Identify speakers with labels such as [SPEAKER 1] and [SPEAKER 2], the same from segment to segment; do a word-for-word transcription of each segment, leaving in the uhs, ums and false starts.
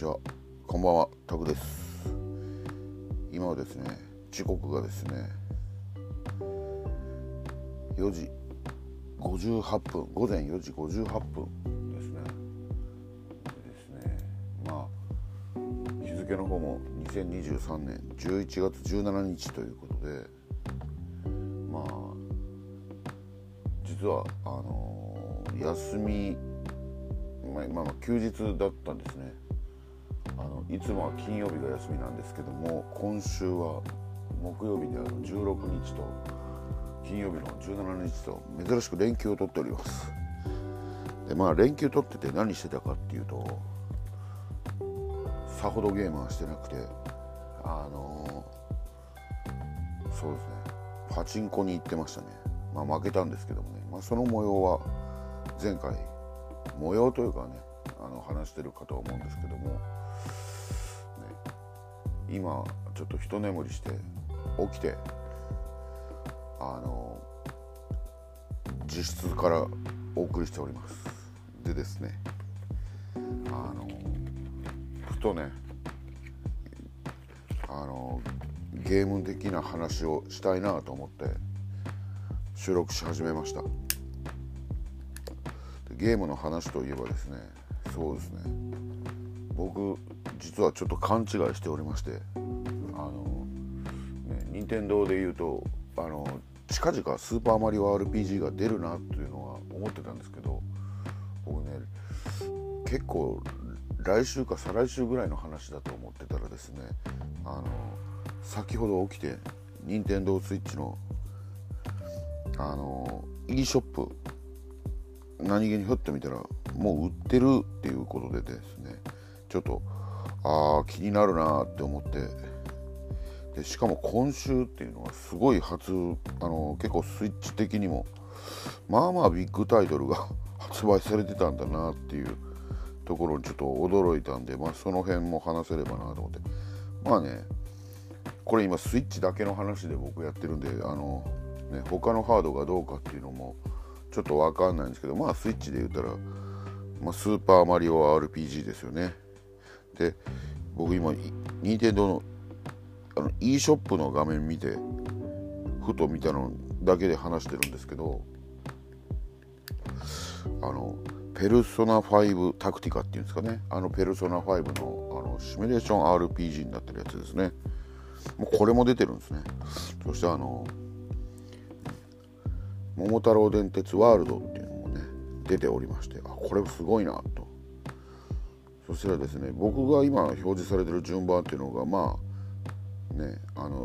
[SPEAKER 1] ちは、こんばんは、タクです。今はですね、時刻がですねよじごじゅうはっぷん、午前よじごじゅうはっぷんですね。でですね、まあ日付の方もにせんにじゅうさんねんじゅういちがつじゅうしちにちということで、まあ実はあのー、休み、まあ、まあ休日だったんですね。あのいつもは金曜日が休みなんですけども、今週は木曜日であるじゅうろくにちと金曜日のじゅうしちにちと珍しく連休を取っております。でまあ連休取ってて何してたかっていうと、さほどゲームはしてなくて、あのー、そうですね、パチンコに行ってましたね。まあ負けたんですけどもね、まあ、その模様は前回模様というかね、あの話してるかと思うんですけども、ね、今ちょっと一眠りして起きて、あの自室からお送りしております。でですね、あのふとね、あのゲーム的な話をしたいなと思って収録し始めました。ゲームの話といえばですね、そうですね、僕実はちょっと勘違いしておりまして、あのね、任天堂でいうとあの近々スーパーマリオ アールピージー が出るなというのは思ってたんですけど、僕ね結構来週か再来週ぐらいの話だと思ってたらですね、あの先ほど起きて任天堂スイッチのあの e ショップ何気にふっと見たらもう売ってるっていうことでですね、ちょっとあ気になるなって思って、でしかも今週っていうのはすごい初、あの結構スイッチ的にもまあまあビッグタイトルが発売されてたんだなっていうところにちょっと驚いたんで、まあその辺も話せればなと思って、まあね、これ今スイッチだけの話で僕やってるんで、あのね他のハードがどうかっていうのもちょっと分かんないんですけど、まあスイッチで言ったら、まあ、スーパーマリオ アールピージー ですよね。で僕今任天堂のあの e ショップの画面見てふと見たのだけで話してるんですけど、あのペルソナファイブタクティカっていうんですかね、あのペルソナファイブのあのシミュレーション アールピージー になってるやつですね。もうこれも出てるんですね。そしてあの桃太郎電鉄ワールドっていうのもね出ておりまして、あこれすごいなと。そしたらですね、僕が今表示されてる順番っていうのがまあね、あの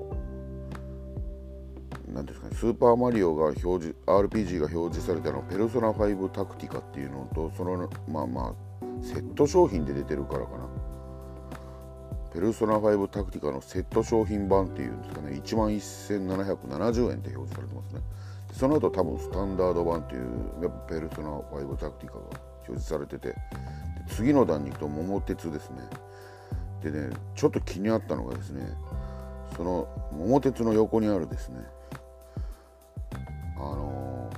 [SPEAKER 1] なんですかね、スーパーマリオが表示 アールピージー が表示されたのはペルソナファイブタクティカっていうのと、そのまあまあセット商品で出てるからかな、ペルソナファイブタクティカのセット商品版っていうんですかね、いちまんせんななひゃくななじゅうえんって表示されてますね。その後多分スタンダード版っていうやっぱペルソナファイブタクティカが表示されてて、次の段に行くと桃鉄ですね。でね、ちょっと気になったのがですね、その桃鉄の横にあるですね、あの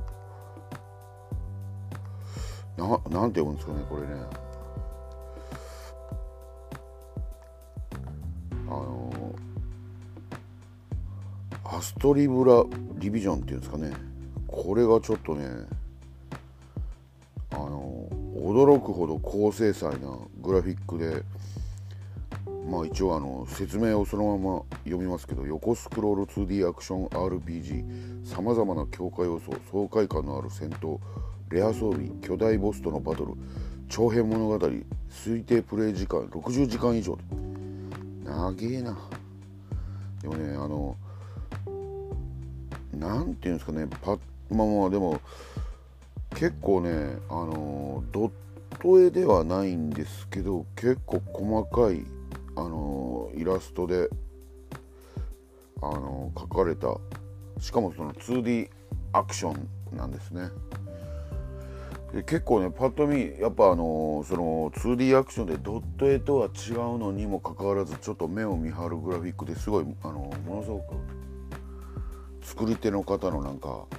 [SPEAKER 1] ー、な, なんて読むんですかねこれね、あのー、アストリブラリビジョンっていうんですかね、これがちょっとね、あのー、驚くほど高精細なグラフィックで、まあ一応あの説明をそのまま読みますけど、横スクロール ツーディー アクション アールピージー、さまざまな強化要素、爽快感のある戦闘、レア装備、巨大ボスとのバトル、長編物語、推定プレイ時間ろくじゅうじかん以上、長えな。でもね、あのなんていうんですかね、パまあまあでも結構ね、あのドット絵ではないんですけど、結構細かいあのイラストであの描かれた、しかもその ツーディー アクションなんですね。で結構ね、パッと見やっぱあのその ツーディー アクションでドット絵とは違うのにもかかわらず、ちょっと目を見張るグラフィックですごい、あのものすごく作り手の方のなんか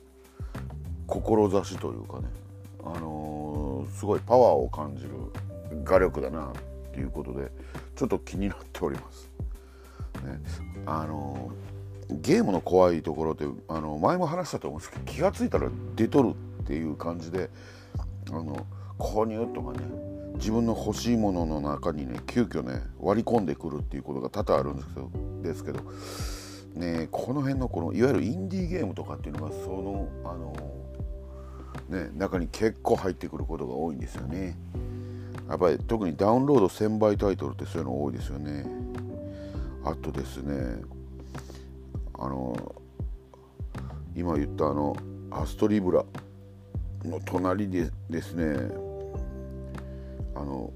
[SPEAKER 1] 志というかね、あのー、すごいパワーを感じる画力だなっていうことでちょっと気になっております、ね、あのゲームの怖いところってあの前も話したと思うんですけど、気がついたら出とるっていう感じであの購入とかね、自分の欲しいものの中にね急遽ね割り込んでくるっていうことが多々あるんですけどですけどね、この辺のこのいわゆるインディーゲームとかっていうのがそのあのね中に結構入ってくることが多いんですよね。やっぱり特にダウンロードせんばいタイトルってそういうの多いですよね。あとですね、あの今言ったあのアストリブラの隣でですね、あの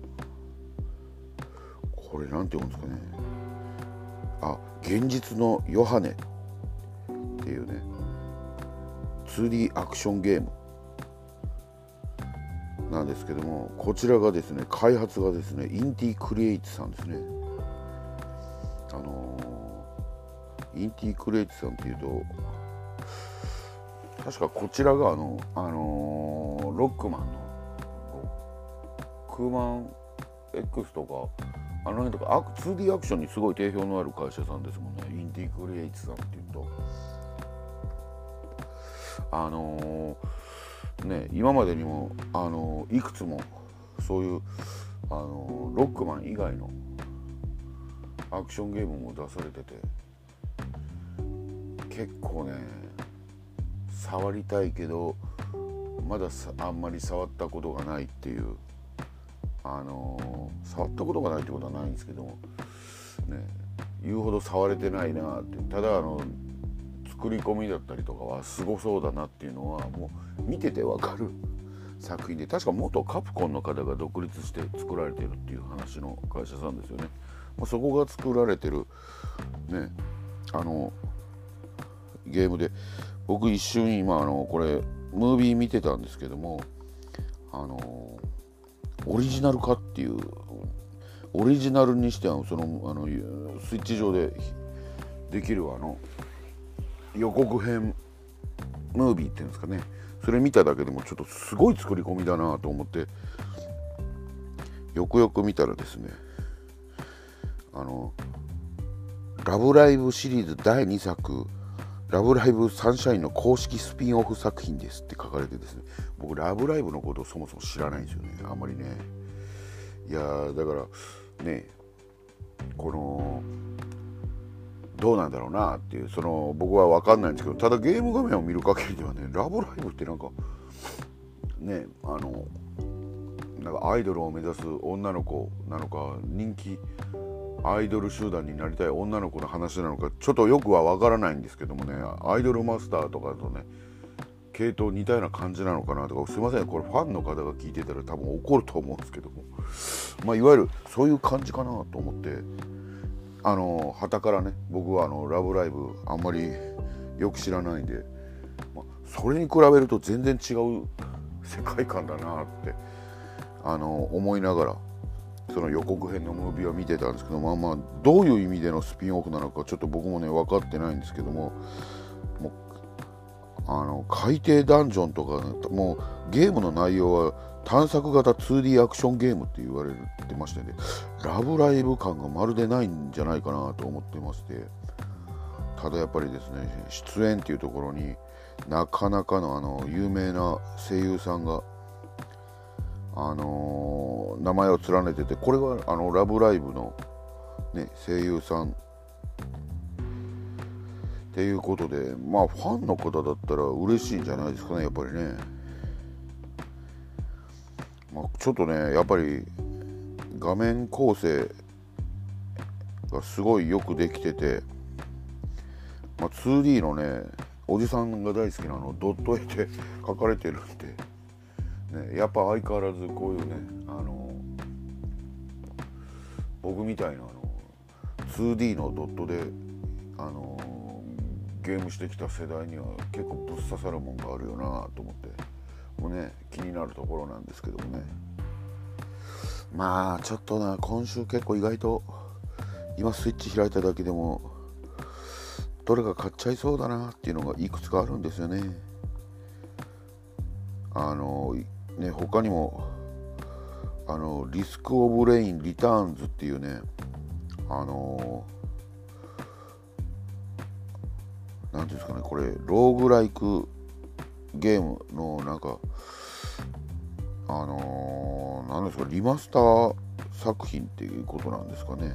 [SPEAKER 1] これなんて言うんですかね、あ、現実のヨハネっていうね ツーディー アクションゲームなんですけども、こちらがですね開発がですねインティクリエイツさんですね。あのー、インティクリエイツさんっていうと確かこちらがあの、あのー、ロックマンのクーマン X とかあの辺とか ツーディー アクションにすごい定評のある会社さんですもんね、インティクリエイツさんっていうと。あのー、ね今までにも、あのー、いくつもそういう、あのー、ロックマン以外のアクションゲームも出されてて、結構ね触りたいけどまだあんまり触ったことがないっていう、あのー、触ったことがないってことはないんですけどもね、言うほど触れてないなって。ただあの作り込みだったりとかはすごそうだなっていうのはもう見ててわかる作品で、確か元カプコンの方が独立して作られてるっていう話の会社さんですよね。そこが作られてるね、あのゲームで、僕一瞬今あのこれムービー見てたんですけども、あのオリジナル化っていう、オリジナルにしてはそのあのスイッチ上でできるあの予告編ムービーっていうんですかね、それ見ただけでもちょっとすごい作り込みだなと思ってよくよく見たらですね、あのラブライブシリーズだいにさくラブライブサンシャインの公式スピンオフ作品ですって書かれてですね、僕ラブライブのことをそもそも知らないんですよね、あんまりね。いやーだからね、このどうなんだろうなっていう、その僕は分かんないんですけど、ただゲーム画面を見る限りではね、ラブライブってなんかね、あのなんかアイドルを目指す女の子なのか、人気アイドル集団になりたい女の子の話なのかちょっとよくは分からないんですけどもね、アイドルマスターとかとね系統似たような感じなのかなとか、すいませんこれファンの方が聞いてたら多分怒ると思うんですけども、まあいわゆるそういう感じかなと思って、あの傍からね、僕はあのラブライブあんまりよく知らないんで、まあ、それに比べると全然違う世界観だなってあの思いながらその予告編のムービーを見てたんですけど、まあまあどういう意味でのスピンオフなのかちょっと僕もね分かってないんですけども、もうあの海底ダンジョンとか、ね、もうゲームの内容は探索型 ツーディー アクションゲームって言われてましてね、ラブライブ感がまるでないんじゃないかなと思ってまして、ただやっぱりですね、出演っていうところになかなかのあの有名な声優さんがあのー、名前を連ねてて、これがあのラブライブの、ね、声優さんっていうことで、まあファンの方だったら嬉しいんじゃないですかね、やっぱりね。まあ、ちょっとねやっぱり画面構成がすごいよくできてて、まあ、ツーディー のねおじさんが大好きなあのドット絵で描かれてるんで、ね、やっぱ相変わらずこういうね、あの僕みたいなあの ツーディー のドットであのゲームしてきた世代には結構ぶっ刺さるもんがあるよなと思ってもうね気になるところなんですけどもね。まあちょっとな、今週結構意外と今スイッチ開いただけでもどれか買っちゃいそうだなっていうのがいくつかあるんですよね。あのね他にもあのリスクオブレインリターンズっていうね、あのなんていうんですかね、これローグライクゲームのなんかあのー、なんですかリマスター作品っていうことなんですかね。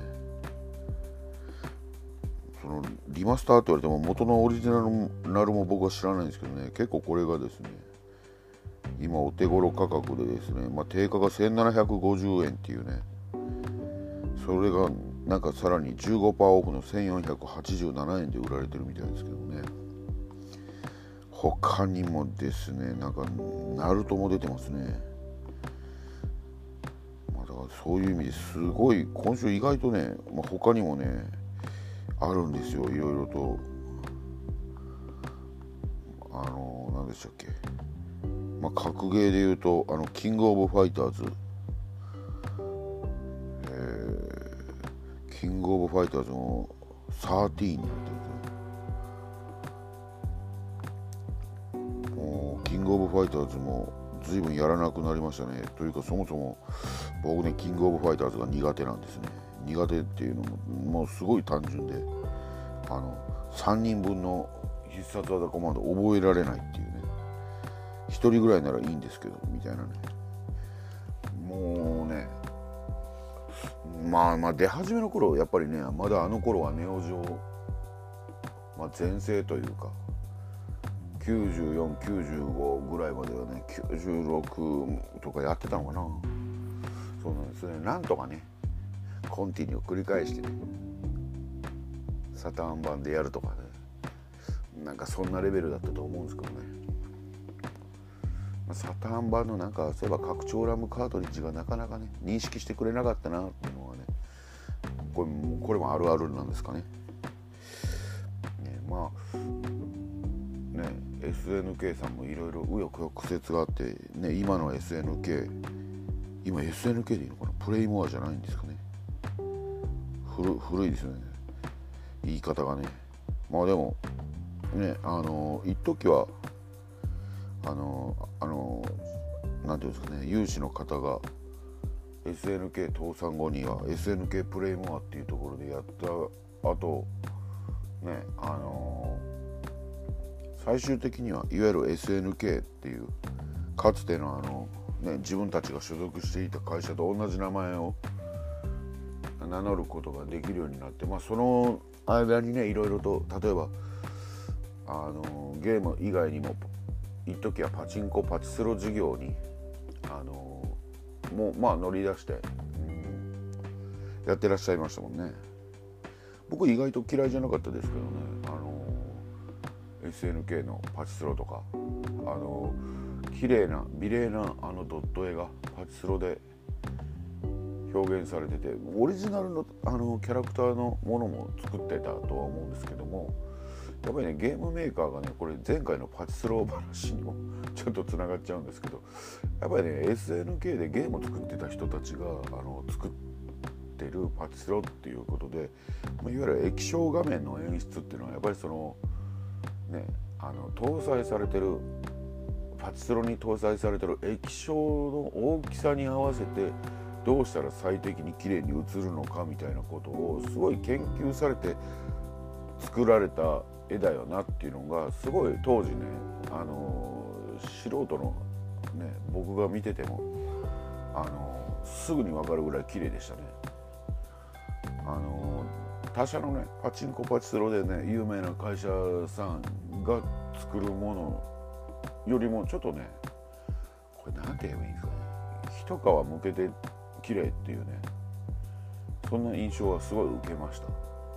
[SPEAKER 1] そのリマスターって言われても元のオリジナルも僕は知らないんですけどね、結構これがですね今お手頃価格でですね、まあ、定価がせんななひゃくごじゅうえんっていうね、それがなんかさらに じゅうごパーセント オフのせんよんひゃくはちじゅうななえんで売られてるみたいですけどね。他にもですね、なんかナルトも出てますね。まあ、だからそういう意味ですごい今週意外とね、まあ、他にもねあるんですよ、いろいろと。あの何でしたっけ、まあ、格ゲーでいうとあのキングオブファイターズ、えー、キングオブファイターズのじゅうさんになってるんですよ。もうキングオブファイターズも随分やらなくなりましたね。というかそもそも僕ねキングオブファイターズが苦手なんですね。苦手っていうのももうすごい単純で、あのさんにんぶんの必殺技コマンド覚えられないっていうね、ひとりぐらいならいいんですけどみたいなね。もうね、まあまあ出始めの頃やっぱりね、まだあの頃はネオジオ、まあ、全盛というかきゅうじゅうよん、きゅうじゅうごぐらいまではねきゅうじゅうろくとかやってたのかな。そうなんですね。なんとかねコンティニュー繰り返してねサターン版でやるとかね、なんかそんなレベルだったと思うんですけどね。サターン版のなんかそういえば拡張ラムカートリッジがなかなかね認識してくれなかったなっていうのはね、これもこれもあるあるなんですかね。ね、まあね エスエヌケー さんもいろいろ紆余曲折があってね、今の エスエヌケー 今 エスエヌケー でいいのかな、プレイモアじゃないんですかね。 古, 古いですよね言い方がね。まあでもね、あの一時はあのあのなんていうんですかね、有志の方が エスエヌケー 倒産後には エスエヌケー プレイモアっていうところでやった後ね、あの最終的にはいわゆる エスエヌケー っていうかつてのあの、ね、自分たちが所属していた会社と同じ名前を名乗ることができるようになって、まあ、その間にねいろいろと例えばあのゲーム以外にも一時はパチンコパチスロ事業にあのもうまあ乗り出して、うん、やってらっしゃいましたもんね。僕意外と嫌いじゃなかったですけどね、あの エスエヌケー のパチスロとかあの綺麗な美麗なあのドット絵がパチスロで表現されてて、オリジナルのあのキャラクターのものも作ってたとは思うんですけども、やっぱりねゲームメーカーがねこれ前回のパチスロ話にもちょっとつながっちゃうんですけど、やっぱりね エスエヌケー でゲームを作ってた人たちがあの作ってるパチスロっていうことで、いわゆる液晶画面の演出っていうのはやっぱりそのねあの搭載されてるパチスロに搭載されてる液晶の大きさに合わせてどうしたら最適に綺麗に映るのかみたいなことをすごい研究されて作られた絵だよなっていうのがすごい当時ね、あの素人のね僕が見ててもあのすぐに分かるぐらい綺麗でしたね。あの他社のねパチンコパチスロでね有名な会社さんが作るものよりもちょっとねこれなんて言えばいいんですかね、一皮むけて綺麗っていうね、そんな印象はすごい受けました。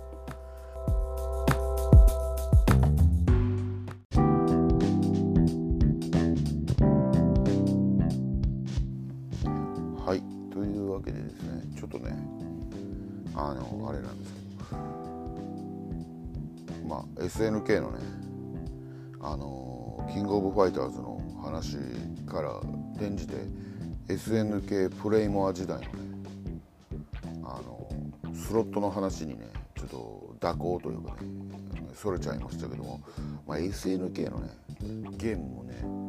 [SPEAKER 1] はい、というわけでですね、ちょっとねあのあれなんですけど、まあ エスエヌケー のねあのキングオブファイターズの話から転じて エスエヌケー プレイモア時代のねあのスロットの話にねちょっと蛇行というかねそれちゃいましたけども、まあ、エスエヌケー のねゲームもね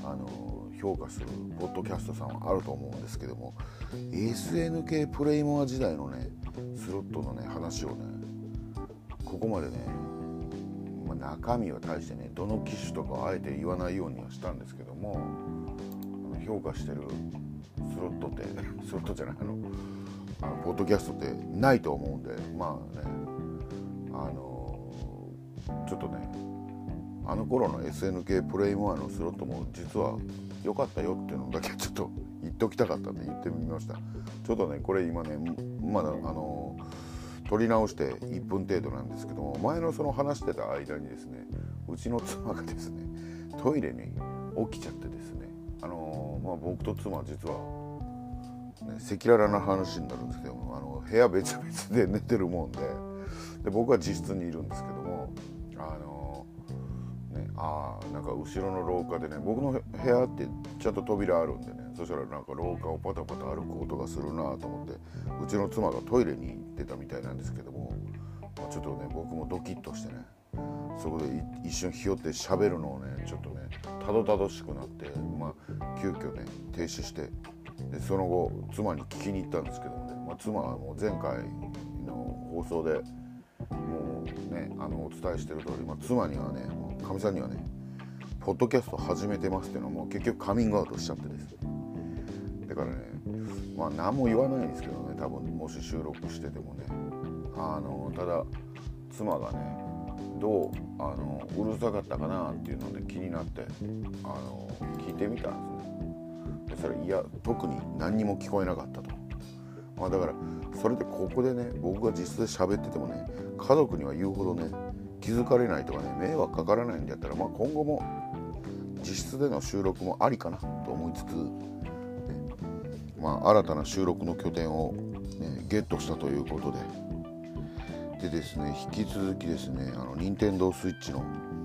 [SPEAKER 1] あの評価するポッドキャストさんはあると思うんですけども、 エスエヌケー プレイモア時代のねスロットのね話をねここまでね、まあ、中身は大してねどの機種とかはあえて言わないようにはしたんですけども、あの評価してるスロットってスロットじゃないあのあのポッドキャストってないと思うんで、まあねあのちょっとねあの頃の エスエヌケー プレイモアのスロットも実は良かったよっていうのだけちょっと言っておきたかったんで言ってみました。ちょっとねこれ今ねまだあの撮り直していっぷん程度なんですけども、前のその話してた間にですねうちの妻がですねトイレに起きちゃってですね、あのまあ僕と妻は実はね赤裸々な話になるんですけども、あの部屋別々で寝てるもんで、で僕は自室にいるんですけども、あのね、ああなんか後ろの廊下でね、僕の部屋ってちゃんと扉あるんでね、そしたらなんか廊下をパタパタ歩く音がするなと思って、うちの妻がトイレに行ってたみたいなんですけども、まあ、ちょっとね僕もドキッとしてね、そこで一瞬ひよって喋るのをねちょっとねたどたどしくなって、まあ急遽ね停止して、でその後妻に聞きに行ったんですけどね、まあ、妻はもう前回の放送でもうねあのお伝えしてる通り、まあ、妻にはねかみさんにはねポッドキャスト始めてますっていうのも結局カミングアウトしちゃってですね、だからねまあ何も言わないんですけどね、多分もし収録しててもね、あのただ妻がねどうあのうるさかったかなっていうので気になってあの聞いてみたんですね。でそれいや特に何にも聞こえなかったと、まあ、だからそれでここでね僕が実質で喋っててもね家族には言うほどね気づかれないとかね迷惑かからないんだったら、まあ、今後も実質での収録もありかなと思いつつ、ねまあ、新たな収録の拠点を、ね、ゲットしたということで、でですね引き続きですねあの任天堂スイッチの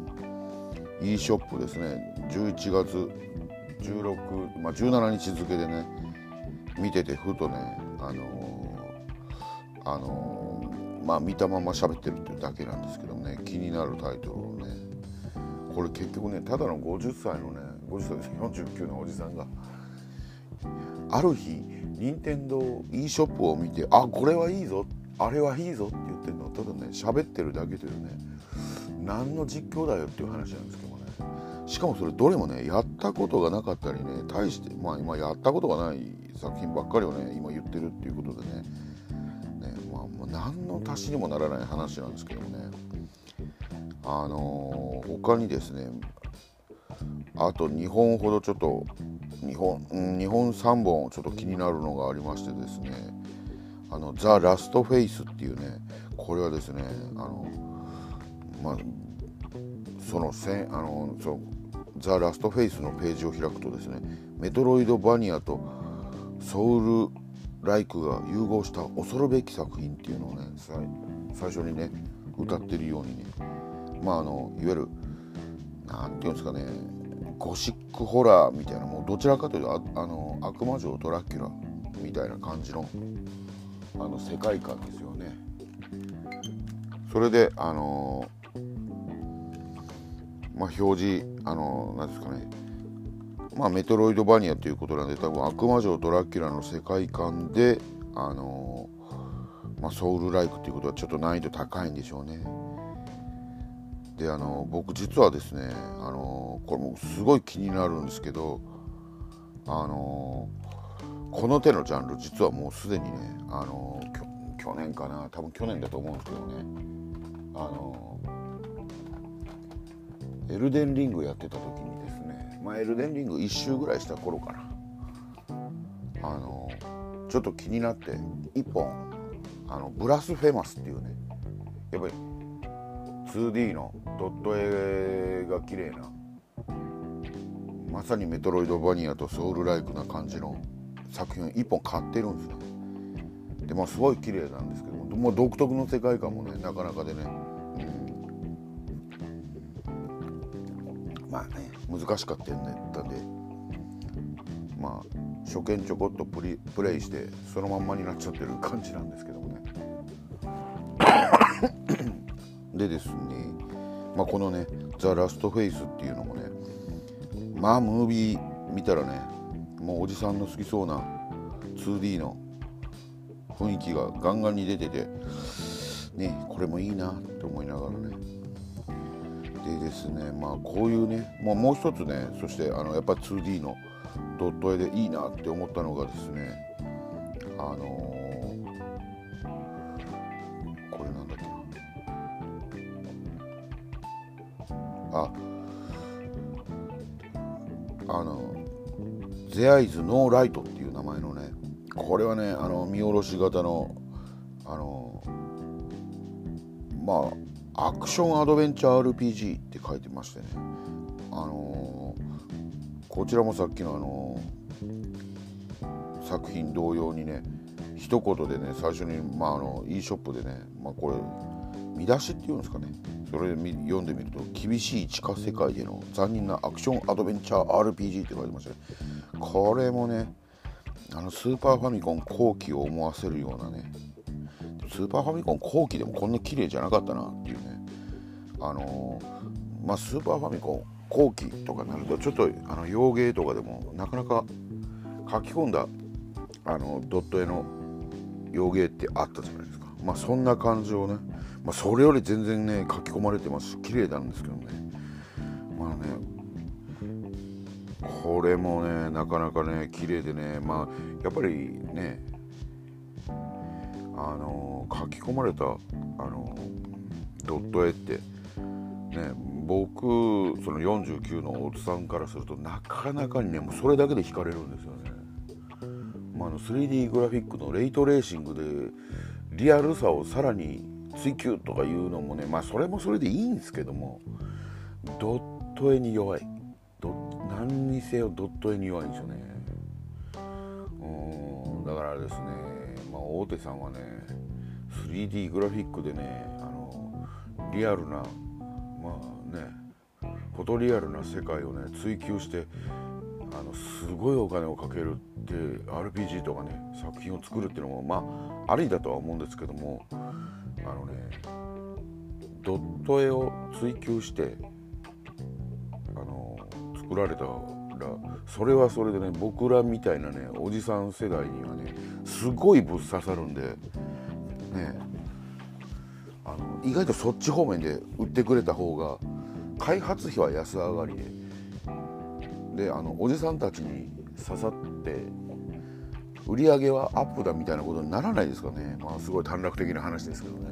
[SPEAKER 1] e ショップですね、じゅういちがつじゅうろく、まあ、じゅうしちにち付でね見ててふとねあのー、あのー、まあ見たまま喋ってるっていうだけなんですけどね、気になるタイトルをね、これ結局ねただのごじゅっさいのねごじゅっさいですよんじゅうきゅうのおじさんがある日任天堂 e ショップを見て、あこれはいいぞあれはいいぞって言ってるのをただね喋ってるだけというね、何の実況だよっていう話なんですけどね、しかもそれどれもねやったことがなかったりね、対してまあ今やったことがない作品ばっかりをね今言ってるっていうことでね、ねまあもう何の足しにもならない話なんですけどもね、あのー、他にですねあとにほんほどちょっとにほん、にほんさんぼんちょっと気になるのがありましてですね、あのザ・ラストフェイスっていうね、これはですねあのまあそのせんあのそのザ・ラストフェイスのページを開くとですね、メトロイドバニアとソウルライクが融合した恐るべき作品っていうのをね最初にね歌ってるようにね、まああのいわゆるなんていうんですかねゴシックホラーみたいな、もうどちらかというと あ, あの悪魔城ドラキュラみたいな感じのあの世界観ですよね。それであのまあ表示あのなんですかね、まあメトロイドバニアということなんで多分悪魔城ドラキュラの世界観であのまあソウルライクということはちょっと難易度高いんでしょうね。であの僕実はですねあのこれもすごい気になるんですけど、あのこの手のジャンル実はもうすでにねあの去年かな多分去年だと思うんですけどね、あのエルデンリングやってた時にですね、まあエルデンリング一周ぐらいした頃かな、あのちょっと気になって一本あのブラスフェマスっていうね、やっぱり ツーディー のドット絵が綺麗なまさにメトロイドバニアとソウルライクな感じの作品を一本買ってるんですね。でまあすごい綺麗なんですけども、もう独特の世界観もねなかなかでね、うん、まあね難しかったんでまあ初見ちょこっとプリプレイしてそのまんまになっちゃってる感じなんですけどもねでですね、まあ、このねザ・ラストフェイスっていうのもね、 まあムービー見たらね、もうおじさんの好きそうな ツーディー の雰囲気がガンガンに出ててね、これもいいなって思いながらね。でですね、まあこういうね、もうもう一つね、そしてあのやっぱ ツーディー のドット絵でいいなって思ったのがですね、あのー、これなんだっけな、ああの There is no light っていう名前のね、これはね、あの見下ろし型のあのまあアクションアドベンチャー アールピージー って書いてましてね、あのこちらもさっきのあの作品同様にね、一言でね、最初にまああの e ショップでね、まあこれ見出しっていうんですかね、それで読んでみると、厳しい地下世界での残忍なアクションアドベンチャー アールピージー って書いてましたね。これもね、あのスーパーファミコン後期を思わせるようなね、スーパーファミコン後期でもこんな綺麗じゃなかったなっていうね、あのー、まあスーパーファミコン後期とかになるとちょっとあの洋芸とかでもなかなか書き込んだあのドット絵の洋芸ってあったじゃないですか。まあそんな感じをね、まあ、それより全然ね書き込まれてますし綺麗なんですけどね、まあねこれもねなかなかね綺麗でね、まあやっぱりねあの書き込まれたあのドット絵ってね、僕そのよんじゅうきゅうのおじさんからするとなかなかにねもうそれだけで惹かれるんですよね。まあ、あの スリーディー グラフィックのレイトレーシングでリアルさをさらに追求とかいうのもね、まあそれもそれでいいんですけども、ドット絵に弱い、ド何にせよドット絵に弱いんですよね。うんだからですね、まあ、大手さんはね スリーディー グラフィックでね、あのリアルなまあねフォトリアルな世界をね追求して、あのすごいお金をかけるって アールピージー とかね作品を作るっていうのもまあありだとは思うんですけども、あのねドット絵を追求してあの作られたらそれはそれでね、僕らみたいなねおじさん世代にはねすごいぶっ刺さるんでね、あの意外とそっち方面で売ってくれた方が開発費は安上がりで、であのおじさんたちに刺さって売り上げはアップだみたいなことにならないですかね。まあすごい短絡的な話ですけどね、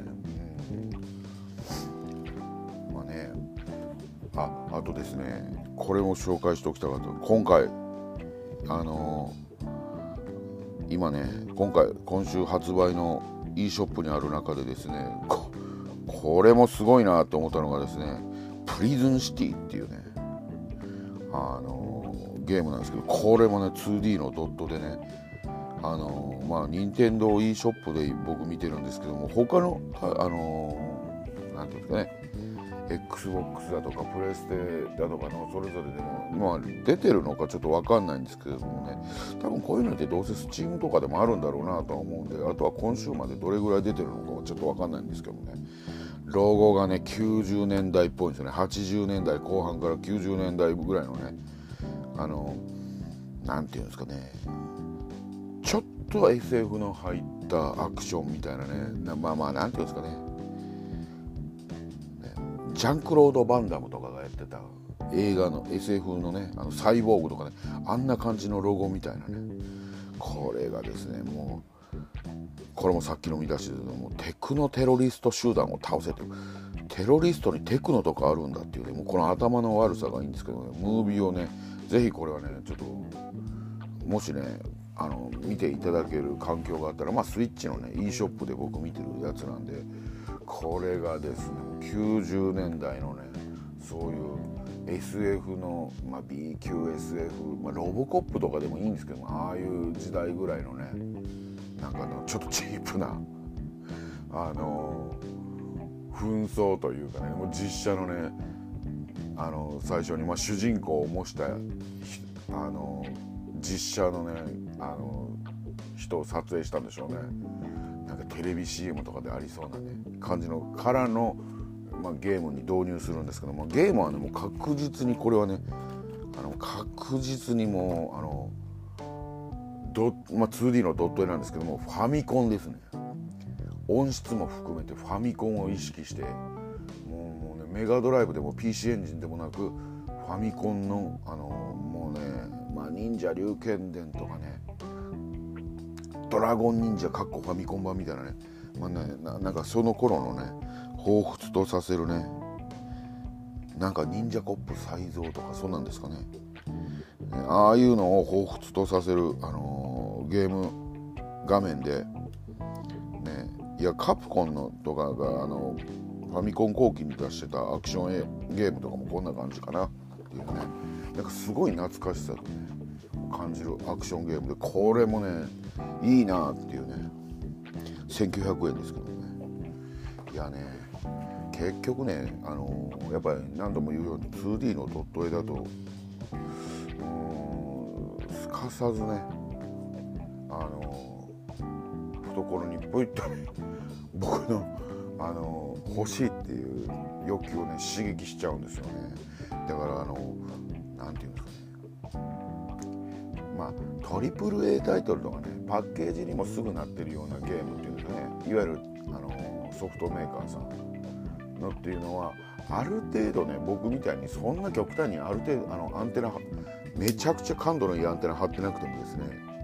[SPEAKER 1] うん、まあね、ああとですね、これも紹介しておきたかった。今回あのー、今ね今回今週発売の e ショップにある中でですね、 こ, これもすごいなと思ったのがですね、プリズンシティっていうねあのー、ゲームなんですけど、これもね ツーディー のドットでね、あのー、まあ任天堂 e ショップで僕見てるんですけども、他のあのー、なんていうんですかね、Xbox だとかプレステだとかのそれぞれでも、まあ、出てるのかちょっと分かんないんですけどもね、多分こういうのってどうせ Steam とかでもあるんだろうなとは思うんで、あとは今週までどれぐらい出てるのかはちょっと分かんないんですけどもね、ロゴがねきゅうじゅうねんだいっぽいんですよね。はちじゅうねんだいこう半からきゅうじゅうねんだいぐらいのね、あのなんていうんですかね、ちょっと エスエフ の入ったアクションみたいなね、まあまあなんていうんですかね、ジャンクロード・バンダムとかがやってた映画の エスエフ のね、あのサイボーグとかね、あんな感じのロゴみたいなね、これがですね、もうこれもさっきの見出しですけども、テクノテロリスト集団を倒せと、テロリストにテクノとかあるんだっていうね、もうこの頭の悪さがいいんですけどね、ムービーをねぜひこれはねちょっともしねあの見ていただける環境があったら、まあスイッチのね e ショップで僕見てるやつなんで、これがですねきゅうじゅうねんだいのねそういう エスエフ の、まあ、B 級 エスエフ、まあ、ロボコップとかでもいいんですけども、ああいう時代ぐらいのねなんかのちょっとチープなあの紛争というかね、もう実写のねあの最初に、まあ、主人公を模したあの実写のねあの人を撮影したんでしょうね。なんかテレビ シーエム とかでありそうなね感じのからの、まあ、ゲームに導入するんですけども、ゲームはねもう確実にこれはねあの確実にもうあのド、まあ、ツーディー のドット絵なんですけども、ファミコンですね。音質も含めてファミコンを意識して、もう、もうね、メガドライブでも ピーシー エンジンでもなくファミコンのあのもうね、まあ、忍者龍剣伝とかね、ドラゴン忍者かっこファミコン版みたいなね、まあね、な, なんかその頃のね彷彿とさせるね、なんか忍者コップ再造とかそうなんですかね、ああいうのを彷彿とさせる、あのー、ゲーム画面で、ね、いやカプコンのとかがあのファミコン後期に出してたアクションゲームとかもこんな感じかなっていうね、なんかすごい懐かしさとね感じるアクションゲームで、これもねいいなっていうね、せんきゅうひゃくえんですけどね。いやね、結局ね、あのー、やっぱり何度も言うように ツーディー のドット絵だとすかさずね、あのー、懐にポイッとね僕の、あのー、欲しいっていう欲求をね刺激しちゃうんですよね。だからあのなんていうんですかね、まあトリプル A タイトルとかね、パッケージにもすぐなってるようなゲームっていうんですかね、いわゆる、あのー、ソフトメーカーさんのっていうのはある程度ね、僕みたいにそんな極端にある程度あのアンテナめちゃくちゃ感度のいいアンテナ張ってなくてもですね、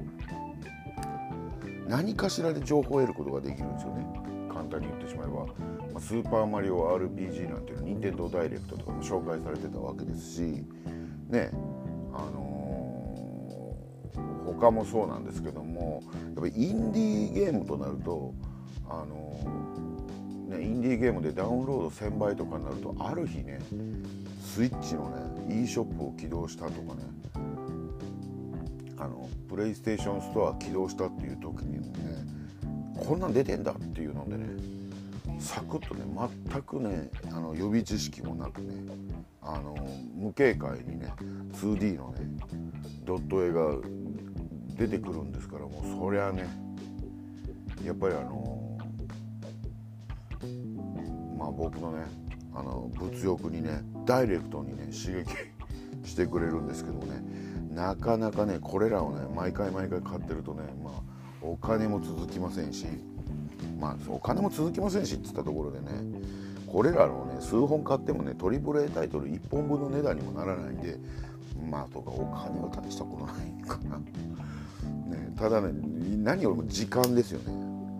[SPEAKER 1] 何かしらで情報を得ることができるんですよね。簡単に言ってしまえば、まあ、スーパーマリオ アールピージー なんていうのは任天堂ダイレクトとかも紹介されてたわけですしね、あのー、他もそうなんですけども、やっぱりインディーゲームとなると、あのーね、インディーゲームでダウンロードせんばいとかになると、ある日ねスイッチのね e ショップを起動したとかね、あのプレイステーションストア起動したっていう時にね、こんなん出てんだっていうのでね、サクッとね、全くねあの予備知識もなくね、あの無警戒にね ツーディー のねドット絵が出てくるんですから、もうそりゃねやっぱりあのまあ僕のねあの物欲にねダイレクトにね刺激してくれるんですけどもね、なかなかねこれらをね毎回毎回買ってるとね、まあお金も続きませんし、まあお金も続きませんしって言ったところでね、これらのね数本買ってもねトリプル A タイトルいっぽんぶんの値段にもならないんで、まあとかお金は大したことないかな、ね、ただね何よりも時間ですよね。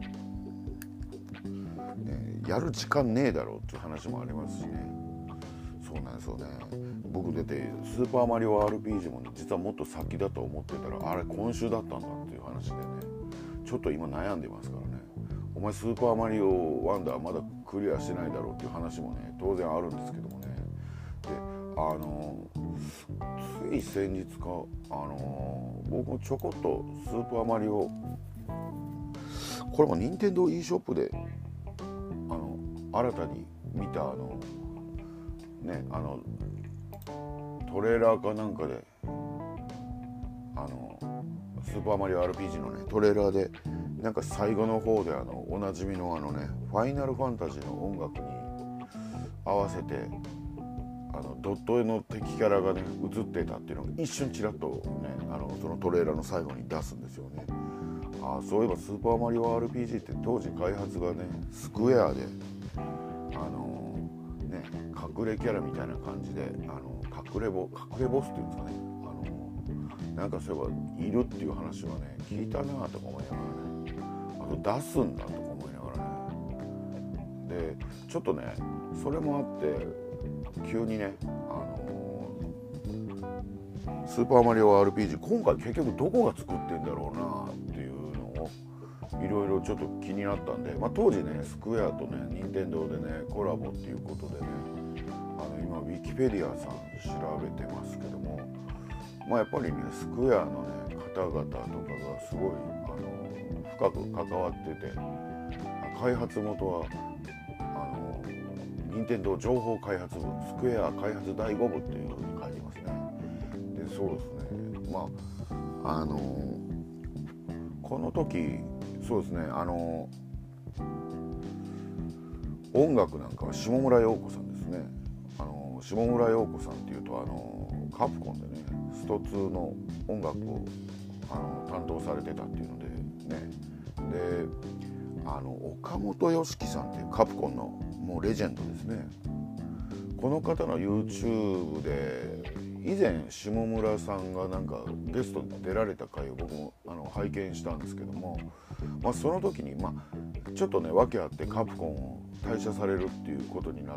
[SPEAKER 1] ね、やる時間ねえだろうっていう話もありますしね。そうなんですよね。僕出てスーパーマリオ アールピージー も、ね、実はもっと先だと思ってたら、あれ今週だったんだっていう話でね、ちょっと今悩んでますからね。お前スーパーマリオワンダーまだクリアしてないだろうっていう話もね当然あるんですけどもね。であのつい先日か、あの僕もちょこっとスーパーマリオ、これも任天堂 e ショップであの新たに見たあのねあのトレーラーかなんかで、あのスーパーマリオ アールピージー のねトレーラーでなんか最後の方であのおなじみのあのねファイナルファンタジーの音楽に合わせてあのドット絵の敵キャラがね映ってたっていうのが一瞬ちらっとね、あのそのトレーラーの最後に出すんですよね。ああ、そういえばスーパーマリオ アールピージー って当時開発がねスクエアであのね隠れキャラみたいな感じで、あの隠れボ隠れボスっていうんですかね、あのなんかそういえばいるっていう話はね聞いたなとか思いながらね、あと出すんだとか思いながらね、でちょっとねそれもあって急にね、あのー、スーパーマリオ アールピージー 今回結局どこが作ってんだろうなっていうのをいろいろちょっと気になったんで、まあ、当時ねスクエアとね任天堂でねコラボっていうことでね、あの今ウィキペディアさん調べてますけども、まあ、やっぱりねスクエアのね方々とかがすごい、あの深く関わってて、開発元はあの任天堂情報開発部スクエア開発だいご部っていう風に書いてますね。でそうですね、まああのこの時そうですね、あの音楽なんかは下村陽子さんですね。あの下村陽子さんっていうと、あのカプコンでねストツーの音楽をあの担当されてたっていうのでね、であの岡本良樹さんっていうカプコンのもうレジェンドですね。この方の YouTube で以前下村さんがなんかゲストで出られた回を僕もあの拝見したんですけども、まあ、その時に、まあ、ちょっとね訳あってカプコンを退社されるっていうことになって、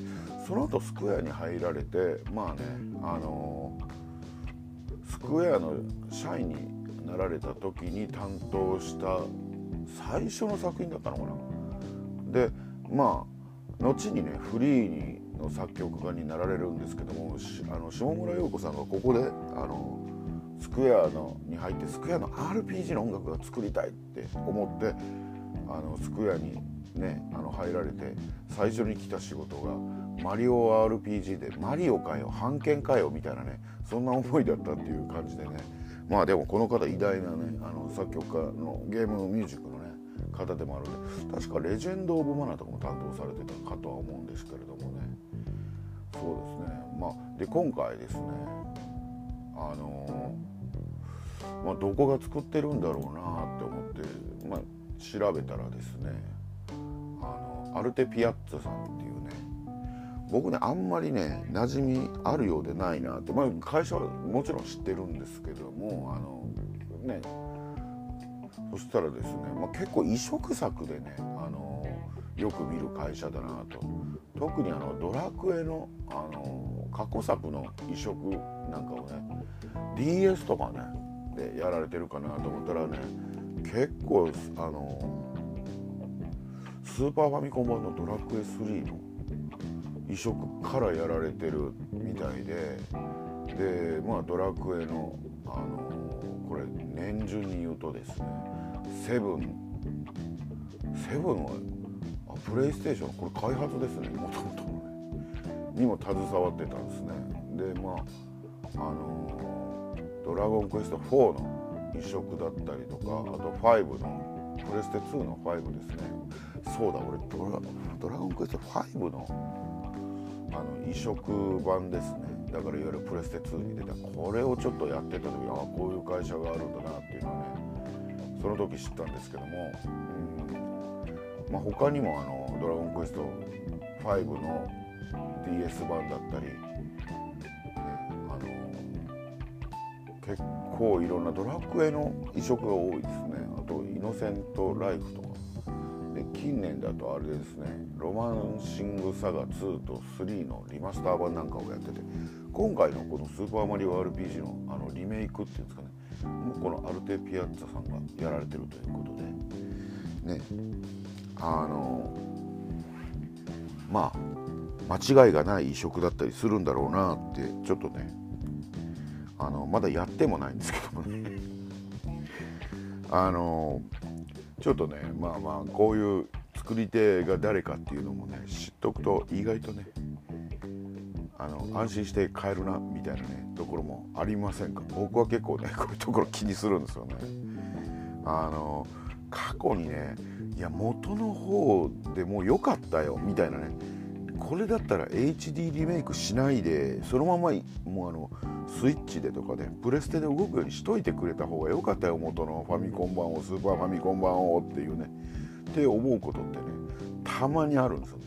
[SPEAKER 1] その後スクエアに入られて、まあねあのスクエアの社員になられた時に担当した最初の作品だったのかな。でまあ後にねフリーにの作曲家になられるんですけども、あの下村陽子さんがここであのスクエアのに入ってスクエアの アールピージー の音楽が作りたいって思ってあのスクエアにねあの入られて、最初に来た仕事がマリオ アールピージー でマリオかよ版権かよみたいなね、そんな思いだったっていう感じでね。まあでもこの方偉大なねあの作曲家のゲームミュージックのね方でもあるんで、確かレジェンド・オブ・マナーとかも担当されてたかとは思うんですけれどもね。そうですね。まあで今回ですね、あのー、まあどこが作ってるんだろうなって思って、まあ、調べたらですね、あのアルテ・ピアッツァさんっていうね、僕ねあんまりね馴染みあるようでないなって、まあ、会社はもちろん知ってるんですけども、あのねそしたらですね、まあ、結構異色作でね、あのよく見る会社だなと。特にあのドラクエの、あの過去作の移植なんかをね ディーエス とかねでやられてるかなと思ったらね、結構あのスーパーファミコン版のドラクエスリーの移植からやられてるみたいで、でまあドラクエの、あのこれ年順に言うとですね、セブンセブンはあプレイステーションこれ開発ですね、もともとのねにも携わってたんですね。でまああのドラゴンクエストフォーの移植だったりとか、あとファイブのプレステツーのファイブですね。そうだ俺ドラドラゴンクエストファイブのあの移植版ですね。だからいわゆるプレステツーに出たこれをちょっとやってた時、ああこういう会社があるんだなっていうのはねその時知ったんですけども、うんまあ、他にもあのドラゴンクエストファイブの ディーエス 版だったり、ね、あの結構いろんなドラクエの移植が多いですね。あとイノセントライフとかで、近年だとあれですね、ロマンシングサガツーとスリーのリマスター版なんかをやってて、今回のこのスーパーマリオ アールピージー のあのリメイクっていうんですかね、もうこのアルテ・ピアッツァさんがやられてるということでね、あのまあ間違いがない移植だったりするんだろうなってちょっとね、あのまだやってもないんですけどもねあのちょっとねまあまあこういう作り手が誰かっていうのもね知っとくと意外とねあの安心して買えるなみたいなねところもありませんか。僕は結構ねこういうところ気にするんですよね。あの過去にねいや元の方でもう良かったよみたいなね、これだったら エイチディー リメイクしないでそのままもうあのスイッチでとかでプレステで動くようにしといてくれた方が良かったよ、元のファミコン版をスーパーファミコン版をっていうねって思うことってねたまにあるんですよね。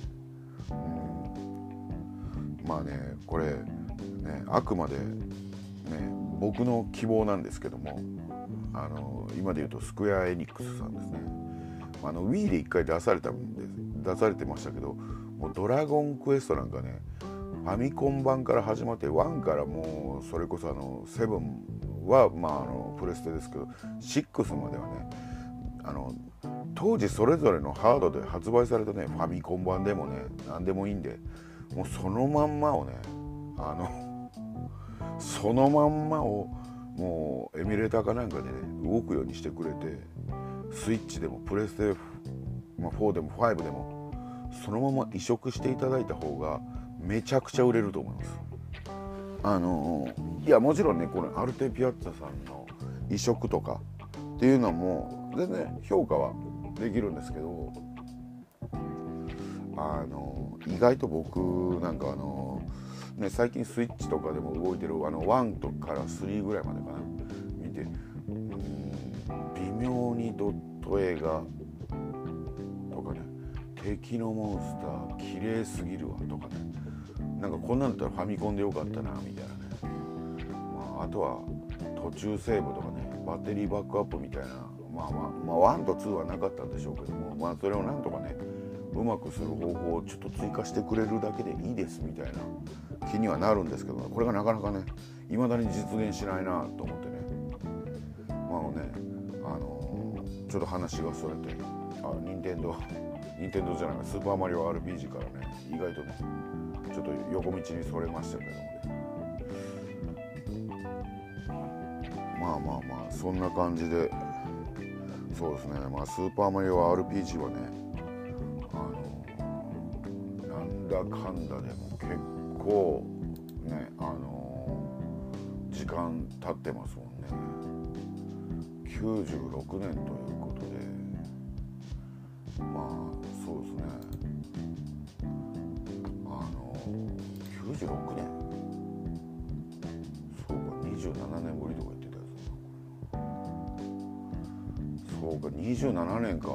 [SPEAKER 1] うんまあねこれねあくまでね僕の希望なんですけども、あの今で言うとスクエアエニックスさんですね。あの Wii で一回出されたんで出されてましたけど、もうドラゴンクエストなんかねファミコン版から始まってワンからもうそれこそあのセブンはまああのプレステですけどシックスまではね、あの当時それぞれのハードで発売されたねファミコン版でもね何でもいいんで、もうそのまんまをねあのそのまんまをもうエミュレーターかなんかでね動くようにしてくれて、スイッチでもプレステ、まあ、フォーでもファイブでもそのまま移植していただいた方がめちゃくちゃ売れると思います。あのいやもちろんねこのアルテ・ピアッツァさんの移植とかっていうのも全然評価はできるんですけど、あの意外と僕なんかあのね、最近スイッチとかでも動いてるあのいちからさんぐらいまでかな見て、うーん微妙にドット絵がとかね、敵のモンスター綺麗すぎるわとかね、なんかこんなんだったらファミコンでよかったなみたいなね、まあ、あとは途中セーブとかね、バッテリーバックアップみたいな、まあまあ、まあ、いちとにはなかったんでしょうけども、まあそれをなんとかねうまくする方法をちょっと追加してくれるだけでいいですみたいな気にはなるんですけど、これがなかなかね未だに実現しないなと思ってね、まあね、あのー、ちょっと話がそれて、あ、任天堂任天堂じゃないスーパーマリオ アールピージー からね、意外とねちょっと横道にそれましたけどもね、まあまあまあそんな感じで、そうですね、まあスーパーマリオ アールピージー はね、あのなんだかんだでも結構ね、あの時間経ってますもんね。きゅうじゅうろくねんということで、まあそうですね、あのきゅうじゅうろくねん、そうかにじゅうななねんぶりとか言ってたやつ、そうかにじゅうななねんか。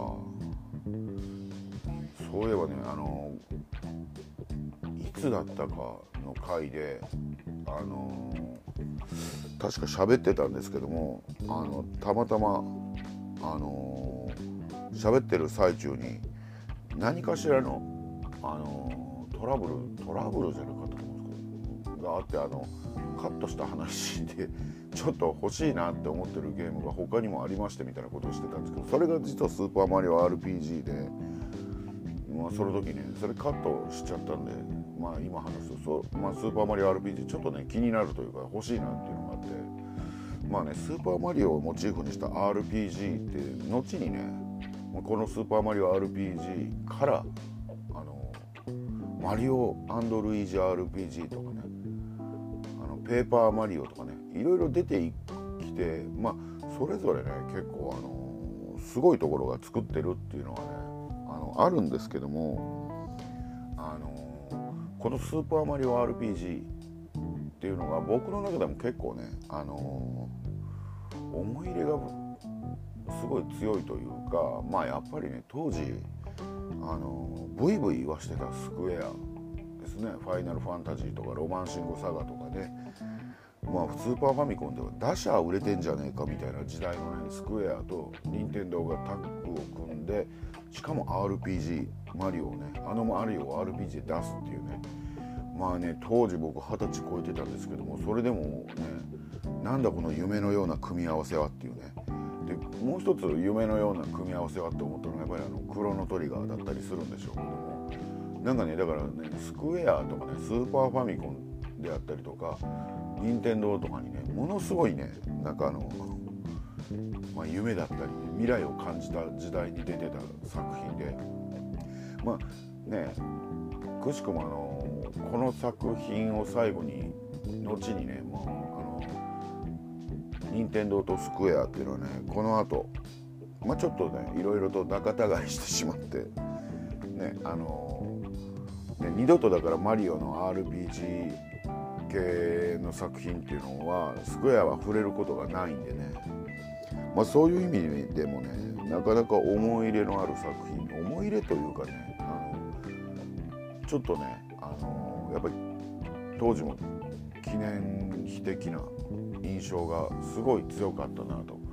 [SPEAKER 1] そういえばね、あのいつだったかの回で、あの確か喋ってたんですけども、あのたまたまあの喋ってる最中に何かしらの、あのトラブルトラブルじゃなかったと思うんですけどがあって、あのカットした話でちょっと欲しいなって思ってるゲームが他にもありましてみたいなことをしてたんですけど、それが実はスーパーマリオ アールピージー で、まあ、その時ねそれカットしちゃったんで、まあ今話すとそう、まあ、スーパーマリオ アールピージー ちょっとね気になるというか欲しいなっていうのがあって、まあねスーパーマリオをモチーフにした アールピージー って後にね、このスーパーマリオ アールピージー からあのマリオ&ルイージ アールピージー とかね、あのペーパーマリオとかね、いろいろ出てきて、まあそれぞれね結構あのすごいところが作ってるっていうのはね、あのあるんですけども、あのこのスーパーマリオ アールピージー っていうのが僕の中でも結構ね、あの思い入れがすごい強いというか、まあやっぱりね当時あのブイブイ言わしてたスクエアですね、ファイナルファンタジーとかロマンシングサガとかで、まあスーパーファミコンでは打者売れてんじゃねえかみたいな時代のね、スクエアと任天堂がタッグを組んで、しかも アールピージー マリオをね、あのマリオを アールピージー で出すっていうね、まあね当時僕はたち超えてたんですけども、それでもね、なんだこの夢のような組み合わせはっていうね。でもう一つ夢のような組み合わせはって思ったのがやっぱりあのクロノトリガーだったりするんでしょうけども、なんかねだからねスクエアとかねスーパーファミコンであったりとか任天堂とかにねものすごいね、なんかあの、まあ、夢だったり、ね、未来を感じた時代に出てた作品で、まあねくしくもあのこの作品を最後に後にね、もうあの任天堂とスクエアっていうのはね、この後、まあちょっとねいろいろと仲違いしてしまってね、あのね二度とだからマリオの アールピージー 系の作品っていうのはスクエアは触れることがないんでね、まあそういう意味でもね、なかなか思い入れのある作品、思い入れというかね、あのちょっとね、あのやっぱり当時も記念碑的な印象がすごい強かったなと、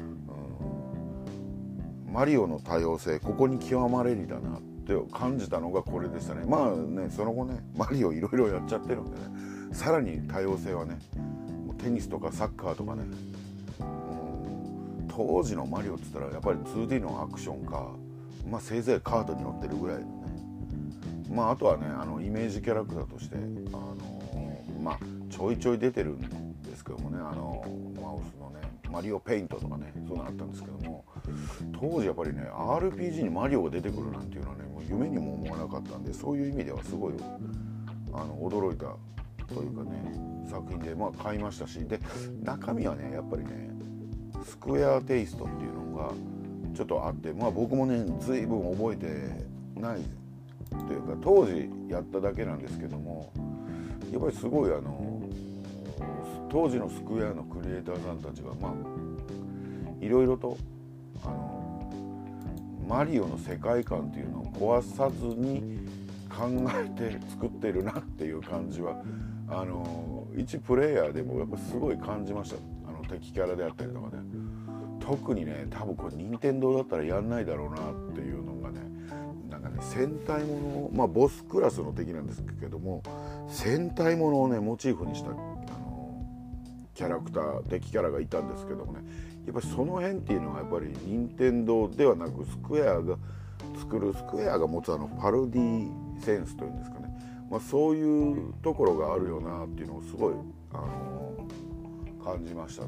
[SPEAKER 1] うん、マリオの多様性ここに極まれりだなって感じたのがこれでしたね。まあねその後ねマリオいろいろやっちゃってるんでね、さらに多様性はね、テニスとかサッカーとかね、うん、当時のマリオって言ったらやっぱり ツーディー のアクションか、まあせいぜいカートに乗ってるぐらいのね、まああとはねあのイメージキャラクターとしてあのまあちょいちょい出てるんですけどもね、あのマウスのねマリオペイントとかね、そういうのあったんですけども、当時やっぱりね アールピージー にマリオが出てくるなんていうのはねもう夢にも思わなかったんで、そういう意味ではすごいあの驚いたというかね作品で、まあ買いましたし、で中身はねやっぱりねスクエアテイストっていうのがちょっとあって、まあ僕もね随分覚えてないというか当時やっただけなんですけども、 やっぱりすごいあの当時のスクエアのクリエイターさんたちがまあいろいろとあのマリオの世界観っていうのを壊さずに考えて作ってるなっていう感じはあの一プレイヤーでもやっぱすごい感じました。あの敵キャラであったりとかね、特にね多分これ任天堂だったらやんないだろうなっていうのがね、なんかね戦隊もの、まあボスクラスの敵なんですけども、戦隊ものをねモチーフにしたあのキャラクター敵キャラがいたんですけどもね、やっぱりその辺っていうのはやっぱり任天堂ではなくスクエアが作るスクエアが持つあのパロディセンスというんですかね、まあ、そういうところがあるよなっていうのをすごいあの感じましたね。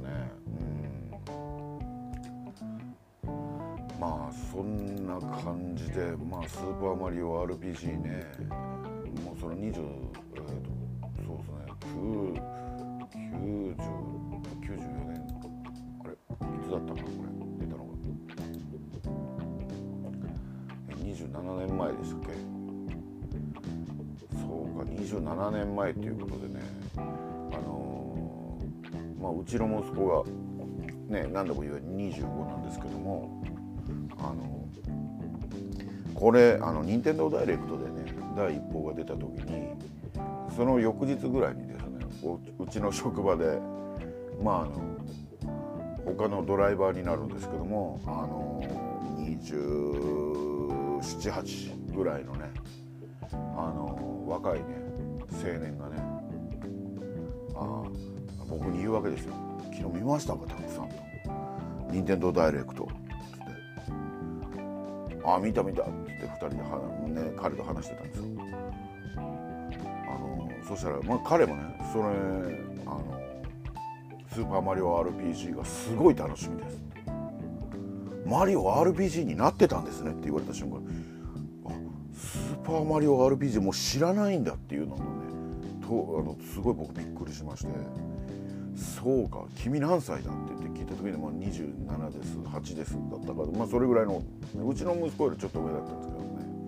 [SPEAKER 1] うん、まあそんな感じで、まあ、スーパーマリオ アールピージー ね、もうそのにじゅう、えーと、そうですねきゅうじゅう、きゅうじゅうよねん、あれいつだったかなこれ出たのがにじゅうななねんまえでしたっけ。そうかにじゅうななねんまえということでね、あのー、まあうちの息子がね何でも言うようににじゅうごなんですけども、あのー、これあの任天堂ダイレクトでねだいいっぽうが出た時にその翌日ぐらいにですね う, うちの職場でまああの他のドライバーになるんですけども、あのにじゅうなな、はちぐらいのね、あの若いね青年がね、あ僕に言うわけですよ。昨日見ましたかたくさんと任天堂ダイレクトってあ見た見たってふたりでは、ね、彼と話してたんですよ。あのそしたら、まあ、彼もねそれあのスーパーマリオ アールピージー がすごい楽しみです。マリオ アールピージー になってたんですねって言われた瞬間、あスーパーマリオ アールピージー もう知らないんだっていうのがねとあのすごい僕びっくりしまして、そうか君何歳だって言って聞いた時に、まあ、にじゅうななですはちですだったから、まあ、それぐらいのうちの息子よりちょっと上だったんです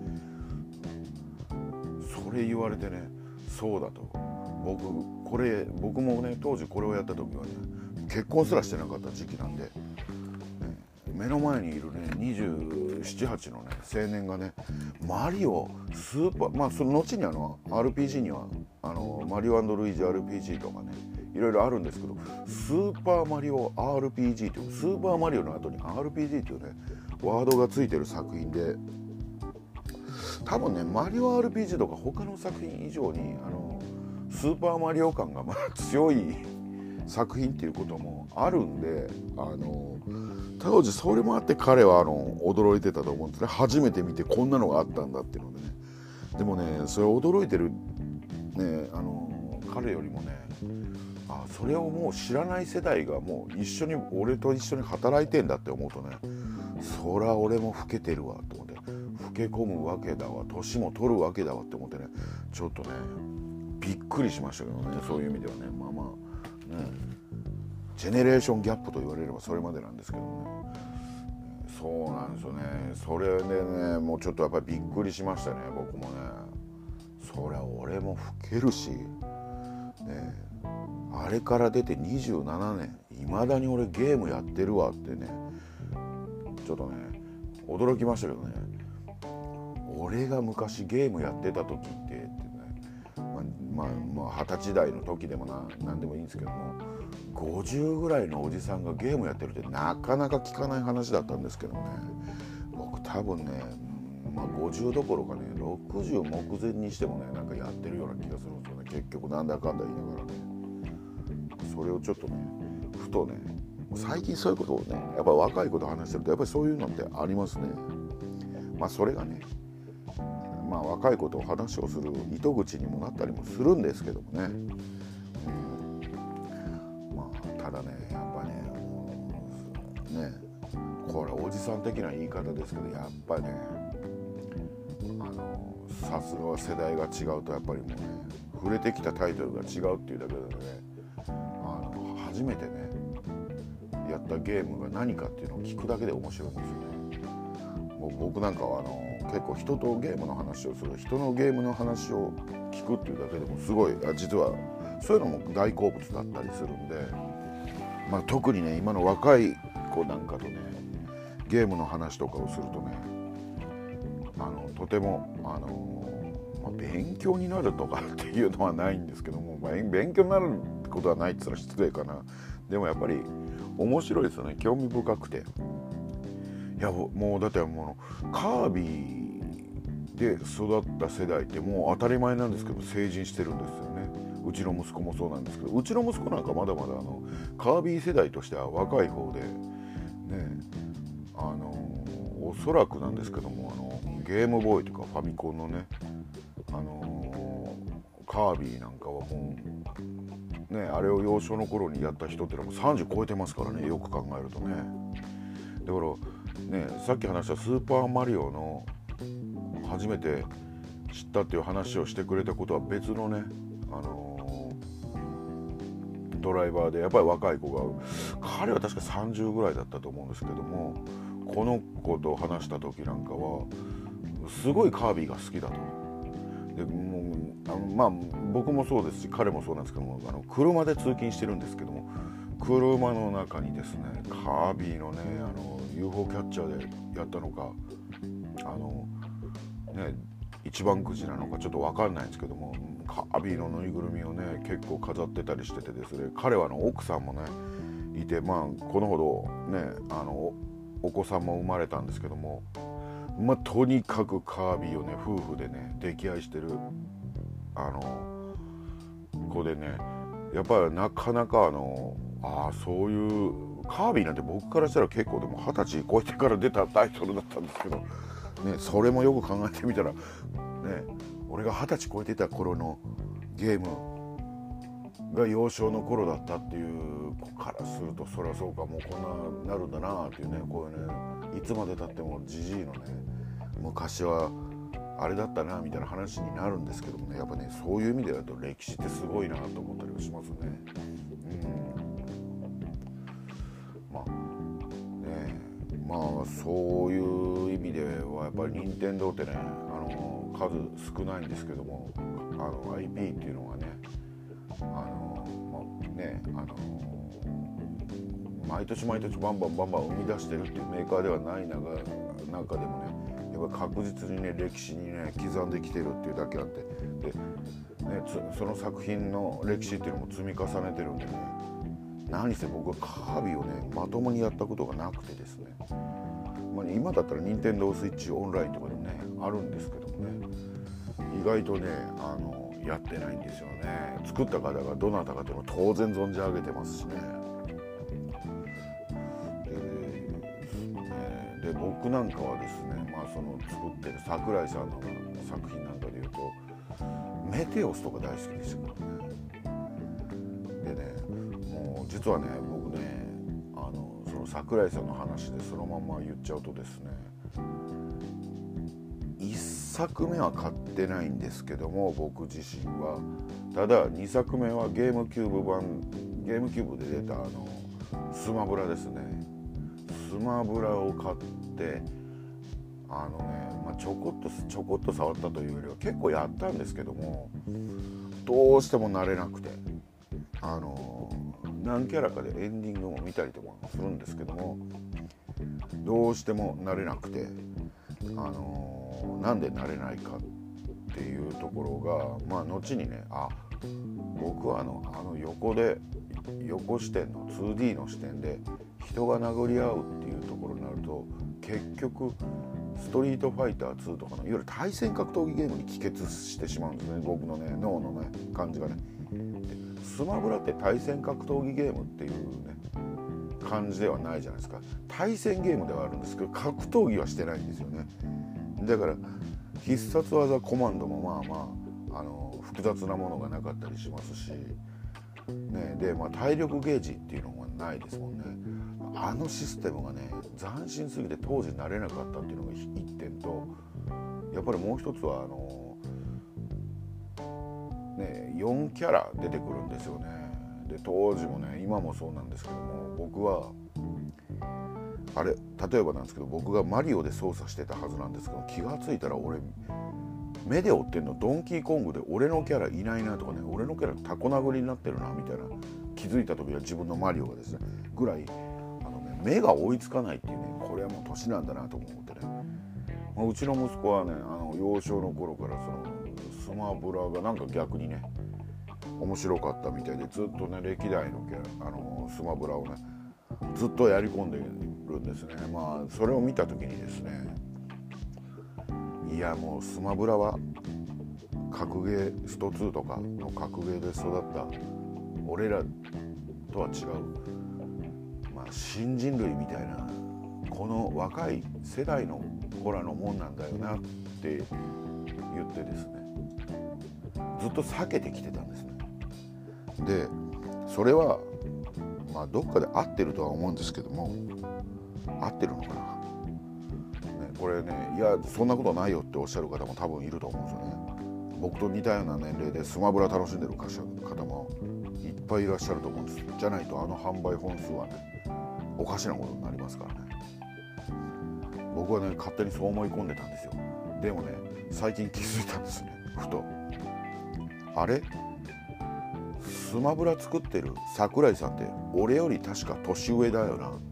[SPEAKER 1] けどね、それ言われてねそうだと僕これ僕もね当時これをやった時はね結婚すらしてなかった時期なんで、ね、目の前にいるねにじゅうなな、はちのね青年がねマリオスーパーまあその後にあの アールピージー にはあのマリオ&ルイージ アールピージー とかねいろいろあるんですけど、スーパーマリオ アールピージー というスーパーマリオの後に アールピージー というねワードがついてる作品で、多分ねマリオ アールピージー とか他の作品以上にあのスーパーマリオ感がまだ強い作品っていうこともあるんで、あの当時それもあって彼はあの驚いてたと思うんですね。初めて見てこんなのがあったんだっていうのでね。でもねそれ驚いてるねあの彼よりもね、あそれをもう知らない世代がもう一緒に俺と一緒に働いてんだって思うとね、そら俺も老けてるわと思って、老け込むわけだわ年も取るわけだわって思ってね、ちょっとねびっくりしましたけどね。そういう意味ではねまあまあねジェネレーションギャップと言われればそれまでなんですけどね、そうなんですよね。それでねもうちょっとやっぱりびっくりしましたね僕もね。そりゃ俺も老けるし、ね、あれから出てにじゅうななねんいまだに俺ゲームやってるわってねちょっとね驚きましたけどね。俺が昔ゲームやってた時ってってね、まあまあ二十歳代の時でもな何でもいいんですけども、ごじゅうぐらいのおじさんがゲームやってるってなかなか聞かない話だったんですけどね、僕多分ね、まあ、ごじゅうどころかねろくじゅう目前にしてもねなんかやってるような気がするんですよね。結局なんだかんだ言いながらね、それをちょっとねふとね最近そういうことをねやっぱ若い子と話してるとやっぱりそういうのってありますね。まあそれがねまあ若い子と話をする糸口にもなったりもするんですけどもね、うん、まあただねやっぱねねこれおじさん的な言い方ですけどやっぱりねあのさすがは世代が違うとやっぱりもうね触れてきたタイトルが違うっていうだけでねあの初めてねやったゲームが何かっていうのを聞くだけで面白いんですよね。もう僕なんかはあの結構人とゲームの話をする人のゲームの話を聞くくっていうだけでもすごい、あ実はそういうのも大好物だったりするんで、まあ、特にね今の若い子なんかとねゲームの話とかをするとね、あのとてもあの、まあ、勉強になるとかっていうのはないんですけども、まあ、勉強になることはないって言ったら失礼かな。でもやっぱり面白いですよね、興味深くて。いやもうだってもうカービィで育った世代ってもう当たり前なんですけど成人してるんですよね。うちの息子もそうなんですけど、うちの息子なんかまだまだあのカービィ世代としては若い方でね、あのおそらくなんですけども、あのゲームボーイとかファミコンのね、あのカービィなんかはもうね、あれを幼少の頃にやった人ってのはもうさんじゅう超えてますからね、よく考えるとね。だからね、さっき話したスーパーマリオの初めて知ったっていう話をしてくれたことは別のね、あのドライバーでやっぱり若い子が、彼は確かさんじゅうぐらいだったと思うんですけども、この子と話した時なんかはすごいカービィが好きだと。でもうあのまあ僕もそうですし彼もそうなんですけども、あの車で通勤してるんですけども、車の中にですねカービィのねあの ユーフォー キャッチャーでやったのか、あのね一番くじなのかちょっと分かんないんですけども、カービィのぬいぐるみをね結構飾ってたりしててですね、彼はあの奥さんもねいて、まあこのほどねあのお子さんも生まれたんですけども、まあとにかくカービィをね夫婦でね溺愛してるあの子でね、やっぱりなかなかあのあそういうカービィなんて僕からしたら結構でもはたち超えてから出たタイトルだったんですけど、ね、それもよく考えてみたらね、俺がはたち超えてた頃のゲームが幼少の頃だったっていう子からすると、そりゃそうか、もうこんななるんだなっていうね、こういうねいつまでたってもジジイのね昔はあれだったなみたいな話になるんですけどもね、やっぱねそういう意味でだと歴史ってすごいなと思ったりはしますね。うん、まあねまあそういう意味ではやっぱり任天堂ってね、あの数少ないんですけども、あの アイピー っていうのがね、あのまあねあの毎年毎年バンバンバンバン生み出してるっていうメーカーではない中中でもね、やっぱ確実にね歴史にね刻んできてるっていうだけあって、で、ね、その作品の歴史っていうのも積み重ねてるんでね、何せ僕はカービィをねまともにやったことがなくてですね、まあ、今だったら任天堂スイッチオンラインとかでもねあるんですけどもね、意外とねあのやってないんですよね。作った方がどなたかというのは当然存じ上げてますしね。で僕なんかはですね、まあ、その作ってる桜井さんの作品なんかでいうとメテオスとか大好きでしたからね。でねもう実はね僕ねあのその桜井さんの話でそのまま言っちゃうとですね、いっさくめは買ってないんですけども僕自身は、ただにさくめはゲームキューブ版ゲームキューブで出たあのスマブラですね。スマブラを買ってあのね、まあ、ちょこっとちょこっと触ったというよりは結構やったんですけども、どうしても慣れなくて、あの何キャラかでエンディングも見たりとかするんですけども、どうしても慣れなくて、あのなんで慣れないかっていうところが、まあ後にね、あ僕はあのあの横で横視点の ツーディー の視点で人が殴り合うっていうところになると、結局ストリートファイターツーとかのいわゆる対戦格闘技ゲームに帰結してしまうんですね、僕のね脳のね感じがね。でスマブラって対戦格闘技ゲームっていうね感じではないじゃないですか。対戦ゲームではあるんですけど格闘技はしてないんですよね。だから必殺技コマンドもまあまあ、あの複雑なものがなかったりしますし、ね、で、まあ、体力ゲージっていうのもないですもんね。あのシステムがね斬新すぎて当時慣れなかったっていうのが一点と、やっぱりもう一つはあの、ね、よんキャラ出てくるんですよね。で当時もね今もそうなんですけども、僕はあれ例えばなんですけど僕がマリオで操作してたはずなんですけど、気がついたら俺目で追ってんのドンキーコングで俺のキャラいないなとかね、俺のキャラタコ殴りになってるなみたいな気づいた時は自分のマリオがですねぐらいあの、ね、目が追いつかないっていうね、これはもう年なんだなと思ってね、まあ、うちの息子はねあの幼少の頃からそのスマブラがなんか逆にね面白かったみたいで、ずっとね歴代のキャラあのスマブラをねずっとやり込んでるんですね。まあそれを見た時にですね、いやもうスマブラは格ゲーストツーとかの格ゲーで育った俺らとは違う、まあ、新人類みたいなこの若い世代の子らのもんなんだよなって言ってですね、ずっと避けてきてたんですね。でそれはまあどっかで合ってるとは思うんですけども、合ってるのかな、ね、これね、いやそんなことないよっておっしゃる方も多分いると思うんですよね。僕と似たような年齢でスマブラ楽しんでる方もいっぱいいらっしゃると思うんです。じゃないとあの販売本数はねおかしなことになりますからね。僕はね勝手にそう思い込んでたんですよ。でもね最近気づいたんですね、ふと。あれスマブラ作ってる桜井さんって俺より確か年上だよな、ね、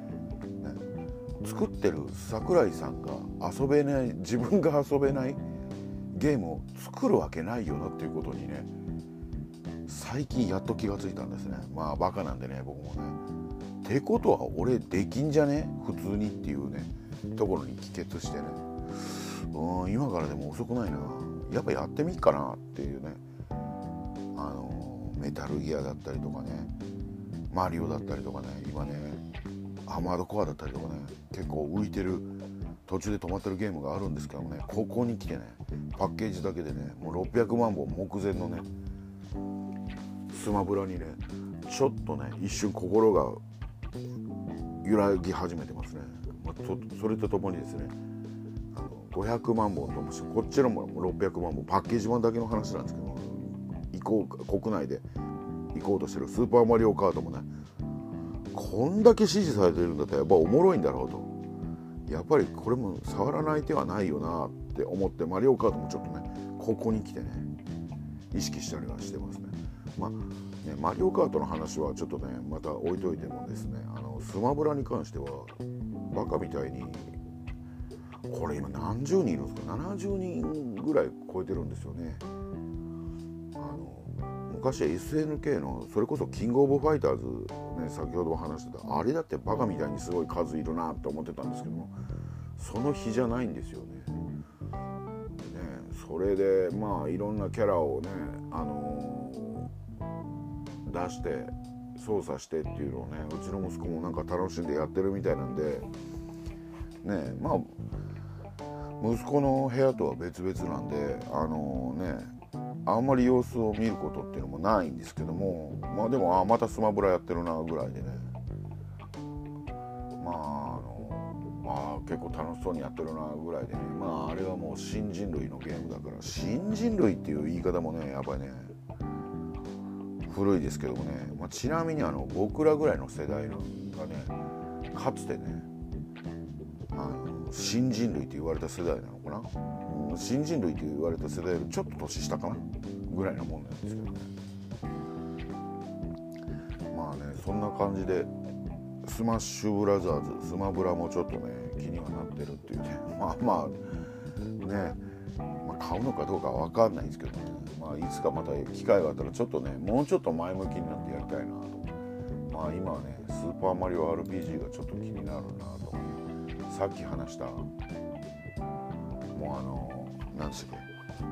[SPEAKER 1] 作ってる桜井さんが遊べない、自分が遊べないゲームを作るわけないよなっていうことにね最近やっと気がついたんですね。まあバカなんでね僕もね。ってことは俺できんじゃね普通にっていうねところに帰結してね、うん今からでも遅くないな、やっぱやってみっかなっていうね。あのメタルギアだったりとかね、マリオだったりとかね、今ねアーマードコアだったりとかね、結構浮いてる途中で止まってるゲームがあるんですけどね、ここに来てねパッケージだけでねもうろっぴゃくまんぼん目前のねスマブラにねちょっとね一瞬心が揺らぎ始めてますね。まあ、とそれとともにですねあのごひゃくまんぼんともこっちのもろっぴゃくまんぼんパッケージ版だけの話なんですけど、移行国内で行こうとしてるスーパーマリオカートもねこんだけ支持されてるんだったらやっぱおもろいんだろうと、やっぱりこれも触らない手はないよなって思ってマリオカートもちょっとねここに来てね意識したりはしてますね。まあねマリオカートの話はちょっとねまた置いといてもですね、あのスマブラに関してはバカみたいにこれ今何十人いるんですか、ななじゅうにんぐらい超えてるんですよね。あの昔 エスエヌケー のそれこそキングオブファイターズね先ほど話してたあれだってバカみたいにすごい数いるなって思ってたんですけども、その比じゃないんですよね。ねそれでまあいろんなキャラをねあのー、出して操作してっていうのをねうちの息子もなんか楽しんでやってるみたいなんでね、まあ息子の部屋とは別々なんであのー、ねあんまり様子を見ることっていうのもないんですけども、まあでもあまたスマブラやってるなぐらいでね、まああのまあ結構楽しそうにやってるなぐらいでね、まああれはもう新人類のゲームだから、新人類っていう言い方もねやっぱりね古いですけどもね、まあ、ちなみにあの僕らぐらいの世代がねかつてねあの新人類って言われた世代なのかな、うん、新人類って言われた世代よりちょっと年下かなぐらいのもんなんですけどね。まあねそんな感じでスマッシュブラザーズスマブラもちょっとね気にはなってるっていうね、まあまあね、まあ、買うのかどうかは分かんないんですけどね、まあ、いつかまた機会があったらちょっとねもうちょっと前向きになってやりたいなと。まあ今はねスーパーマリオ アールピージー がちょっと気になるなとかね、さっき話したもうあの何でしたっけ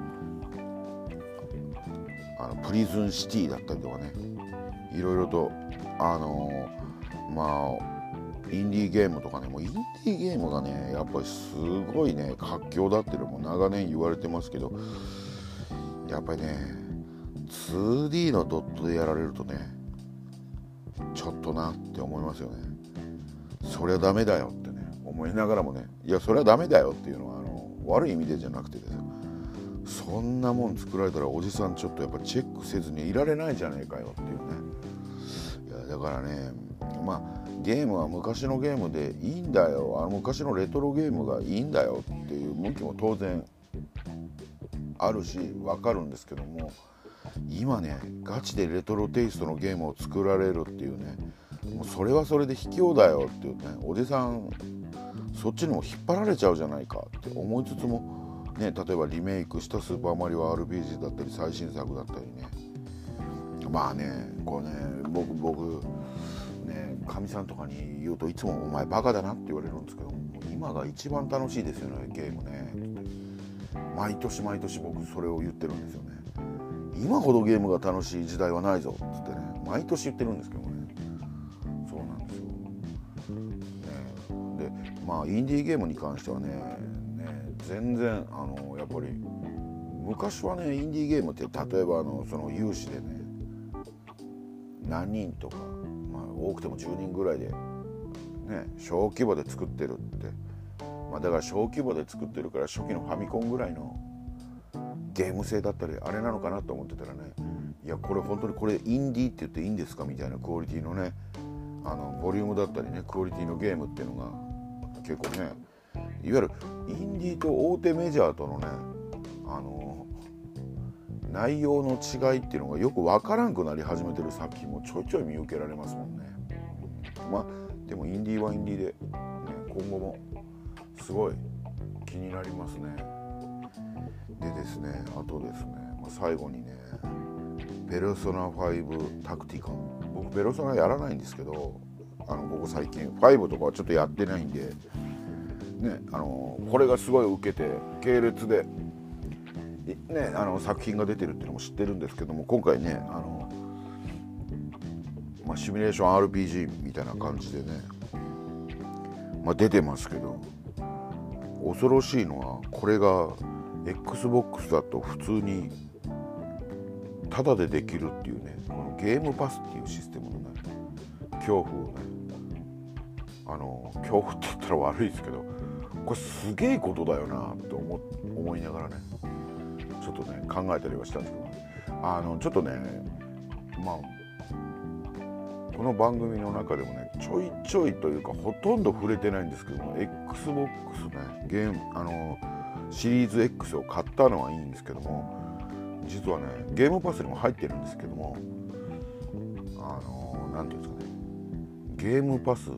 [SPEAKER 1] あのプリズンシティだったりとかね、いろいろとあのまあインディーゲームとかね、もうインディーゲームがねやっぱりすごいね活況だっていうのも長年言われてますけど、やっぱりね ツーディー のドットでやられるとねちょっとなって思いますよね。そりゃダメだよってね思いながらもね、いやそれはダメだよっていうのはあの悪い意味でじゃなくてですよ、そんなもん作られたらおじさんちょっとやっぱチェックせずにいられないじゃねえかよっていうね。いやだからねまあゲームは昔のゲームでいいんだよ、あの昔のレトロゲームがいいんだよっていう向きも当然あるし分かるんですけども、今ねガチでレトロテイストのゲームを作られるっていうね、もうそれはそれで卑怯だよっていうね、おじさんそっちにも引っ張られちゃうじゃないかって思いつつもね、例えばリメイクしたスーパーマリオ アールピージー だったり最新作だったりね、まあねこれね僕僕ねかみさんとかに言うといつもお前バカだなって言われるんですけども、今が一番楽しいですよねゲームね。毎年毎年僕それを言ってるんですよね。今ほどゲームが楽しい時代はないぞっつってね毎年言ってるんですけどね。そうなんですよ、ね、でまあインディーゲームに関してはね、ね全然あのやっぱり昔はねインディーゲームって例えばあのその有志でね何人とか、まあ、多くてもじゅうにんぐらいで、ね、小規模で作ってるって、まあ、だから小規模で作ってるから初期のファミコンぐらいのゲーム性だったりあれなのかなと思ってたらね、いやこれ本当にこれインディーって言っていいんですかみたいなクオリティのねあのボリュームだったりねクオリティのゲームっていうのが結構ね、いわゆるインディーと大手メジャーとのねあの内容の違いっていうのがよく分からんくなり始めてる作品もちょいちょい見受けられますもんね。まあでもインディーはインディーで、ね、今後もすごい気になりますね。でですねあとですね、まあ、最後にねペルソナファイブタクティカン、僕ペルソナやらないんですけど、あのここ最近ファイブとかはちょっとやってないんでね、あのこれがすごい受けて系列でね、あの作品が出てるっていうのも知ってるんですけども、今回ねあの、まあ、シミュレーション アールピージー みたいな感じでね、まあ、出てますけど、恐ろしいのはこれが Xbox だと普通にタダでできるっていうね、このゲームパスっていうシステムのね恐怖をね、あの恐怖って言ったら悪いですけど、これすげえことだよなって思思いながらねちょっとね考えたりはしたんですけど、ね、あのちょっとねまあこの番組の中でもねちょいちょいというかほとんど触れてないんですけども、 Xbox ねゲームあのシリーズ X を買ったのはいいんですけども、実はねゲームパスにも入ってるんですけども、あのなんていうんですかね、ゲームパス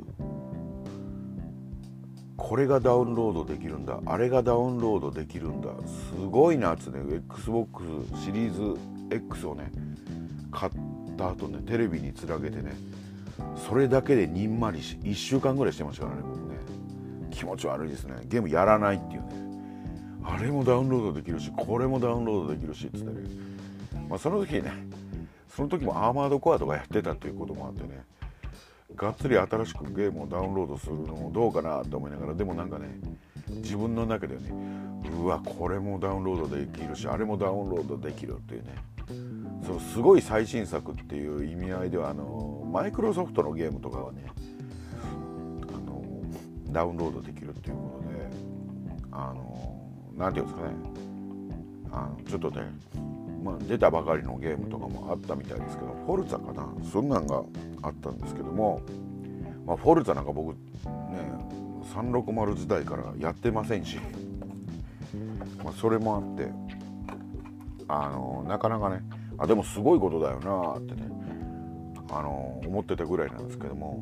[SPEAKER 1] これがダウンロードできるんだ、あれがダウンロードできるんだ、すごいなっつってね Xbox シリーズ X をね買った後ねテレビにつなげてね、それだけでにんまりしいっしゅうかんぐらいしてましたからね僕ね。気持ち悪いですね、ゲームやらないっていうね、あれもダウンロードできるしこれもダウンロードできるしっつってね、まあ、その時ねその時もアーマードコアとかやってたっていうこともあってね、がっつり新しくゲームをダウンロードするのもどうかなと思いながら、でもなんかね自分の中ではね、うわこれもダウンロードできるしあれもダウンロードできるっていうね、そのすごい最新作っていう意味合いではあのマイクロソフトのゲームとかはねあのダウンロードできるっていうことで、あのなんていうんですかね、あのちょっとね、まあ、出たばかりのゲームとかもあったみたいですけど、フォルツァかな、そんなんがあったんですけども、まあ、フォルツァなんか僕ねさんびゃくろくじゅう時代からやってませんし、まあ、それもあってあのなかなかね、あでもすごいことだよなってねあの思ってたぐらいなんですけども、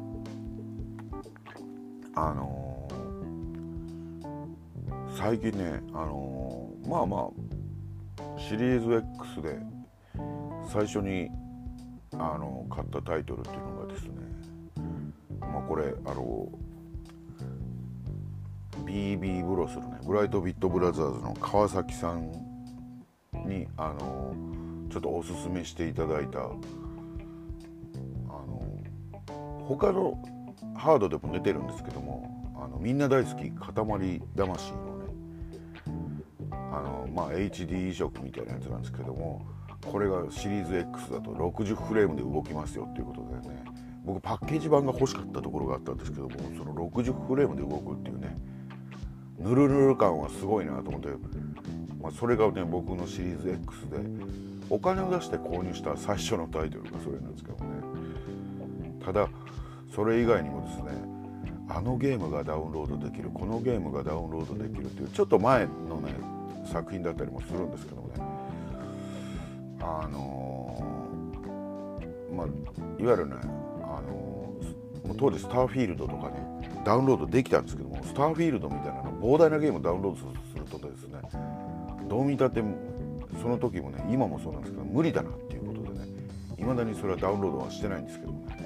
[SPEAKER 1] あの最近ねあのまあまあシリーズ X で最初にあの買ったタイトルっていうのがですね、まあこれあの ビービー ブロスのねブライトビットブラザーズの川崎さんにあのちょっとおすすめしていただいた、あの他のハードでも出てるんですけども、あのみんな大好き塊魂のねあのまあ エイチディー 移植みたいなやつなんですけども、これがシリーズ X だとろくじゅうフレームで動きますよっていうことでね、僕パッケージ版が欲しかったところがあったんですけども、そのろくじゅうフレームで動くっていうねヌルヌル感はすごいなと思って、まあ、それがね僕のシリーズ X でお金を出して購入した最初のタイトルがそれなんですけどもね、ただそれ以外にもですね、あのゲームがダウンロードできる、このゲームがダウンロードできるっていうちょっと前のね作品だったりもするんですけどもね、あのー、まあいわゆるね、あのー、もう当時スターフィールドとかねダウンロードできたんですけども、スターフィールドみたいなの膨大なゲームをダウンロードするとですね、どう見たってその時もね、今もそうなんですけど無理だなっていうことでね、いまだにそれはダウンロードはしてないんですけどもね、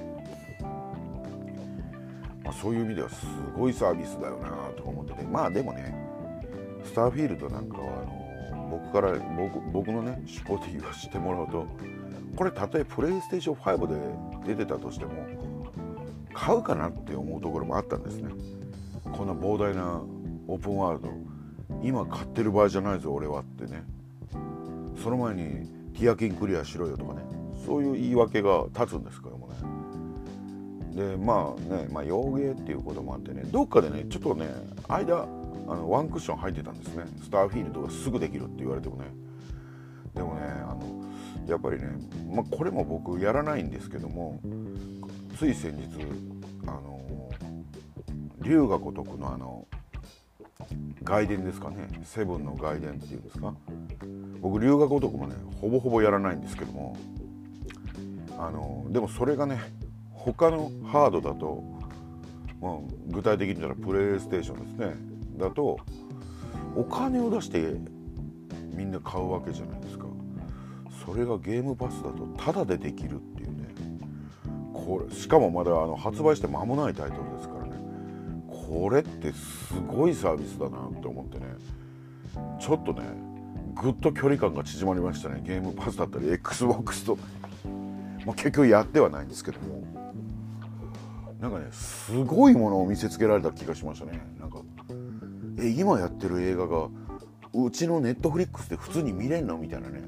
[SPEAKER 1] まあ、そういう意味ではすごいサービスだよなとか思ってて、まあでもねスターフィールドなんかはあの僕から僕僕のねシュポティーをしてもらうと、これたとえプレイステーションファイブで出てたとしても買うかなって思うところもあったんですね。こんな膨大なオープンワールド今買ってる場合じゃないぞ俺はってね、その前にティアキンクリアしろよとかね、そういう言い訳が立つんですけどもね。でまあね、まあ洋芸っていうこともあってね、どっかでねちょっとね間あのワンクッション入ってたんですね。スターフィールドがすぐできるって言われてもね、でもねあのやっぱりね、まあ、これも僕やらないんですけども、つい先日あの龍が如くのあの外伝ですかね、セブンの外伝っていうんですか、僕龍が如くもねほぼほぼやらないんですけども、あのでもそれがね他のハードだと、まあ、具体的に言ったらプレイステーションですねだとお金を出してみんな買うわけじゃないですか。それがゲームパスだとタダでできるっていうね、これしかもまだあの発売して間もないタイトルですからね、これってすごいサービスだなって思ってね、ちょっとねぐっと距離感が縮まりましたね。ゲームパスだったり Xbox と、まあ、結局やってはないんですけども、なんかねすごいものを見せつけられた気がしましたね。なんかえ今やってる映画がうちのネットフリックスで普通に見れんのみたいなね、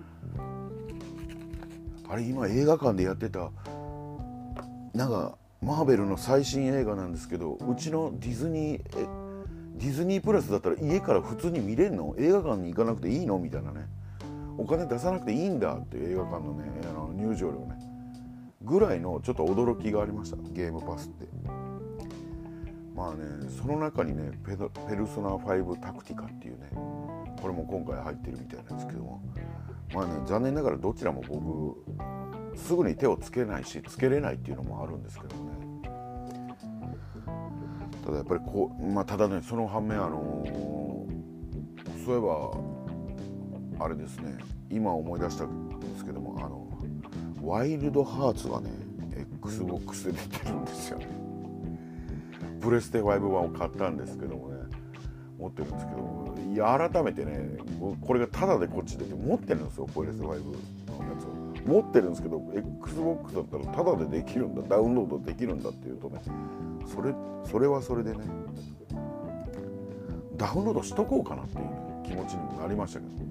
[SPEAKER 1] あれ今映画館でやってたなんかマーベルの最新映画なんですけど、うちのディズニーえディズニープラスだったら家から普通に見れんの、映画館に行かなくていいのみたいなね、お金出さなくていいんだっていう映画館のねあの入場料ねぐらいのちょっと驚きがありました、ゲームパスって。まあねその中にねペドペルソナファイブタクティカっていうね、これも今回入ってるみたいなんですけども、まあね残念ながらどちらも僕すぐに手をつけないしつけれないっていうのもあるんですけどね。ただやっぱりこう、まあ、ただねその反面あのー、そういえばあれですね、今思い出したんですけども、あのワイルドハーツがね Xbox で出てるんですよね。プレステファイブ版を買ったんですけどもね、持ってるんですけど、いや改めてねこれがタダでこっちで持ってるんですよ、プレステファイブのやつを持ってるんですけど、 Xbox だったらタダでできるんだ、ダウンロードできるんだっていうとね、それそれはそれでねダウンロードしとこうかなっていう、ね、気持ちにもなりましたけどね。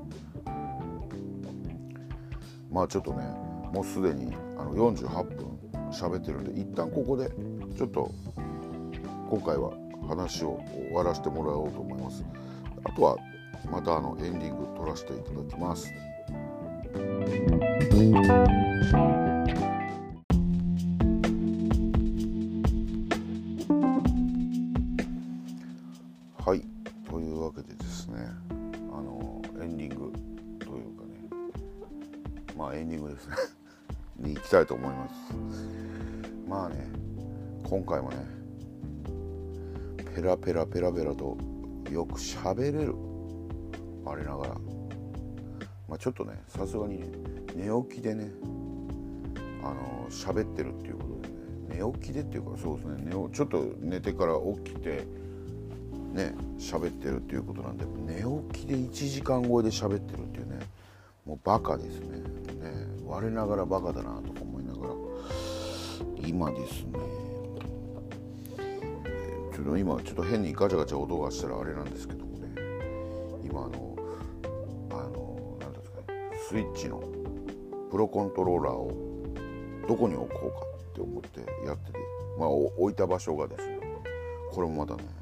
[SPEAKER 1] まあちょっとねもうすでにあのよんじゅうはっぷん喋ってるんで、一旦ここでちょっと今回は話を終わらせてもらおうと思います。あとはまたあのエンディング撮らせていただきます。はい、というわけでですね、あのエンディングというかね、まあエンディングですねに行きたいと思います。まあね今回もねペラペラペラペラとよく喋れるあれながら、まあ、ちょっとねさすがにね寝起きでねあの喋ってるっていうことでね、寝起きでっていうかそうですね、寝ちょっと寝てから起きてね喋ってるっていうことなんで、寝起きでいちじかん超えで喋ってるっていうね、もうバカですね。ね我ながらバカだなとか思いながら、今ですねちょっと今ちょっと変にガチャガチャ音がしたらあれなんですけどもね、今あのあのなんですかね、スイッチのプロコントローラーをどこに置こうかって思ってやってて、まあ置いた場所がですね、これもまたね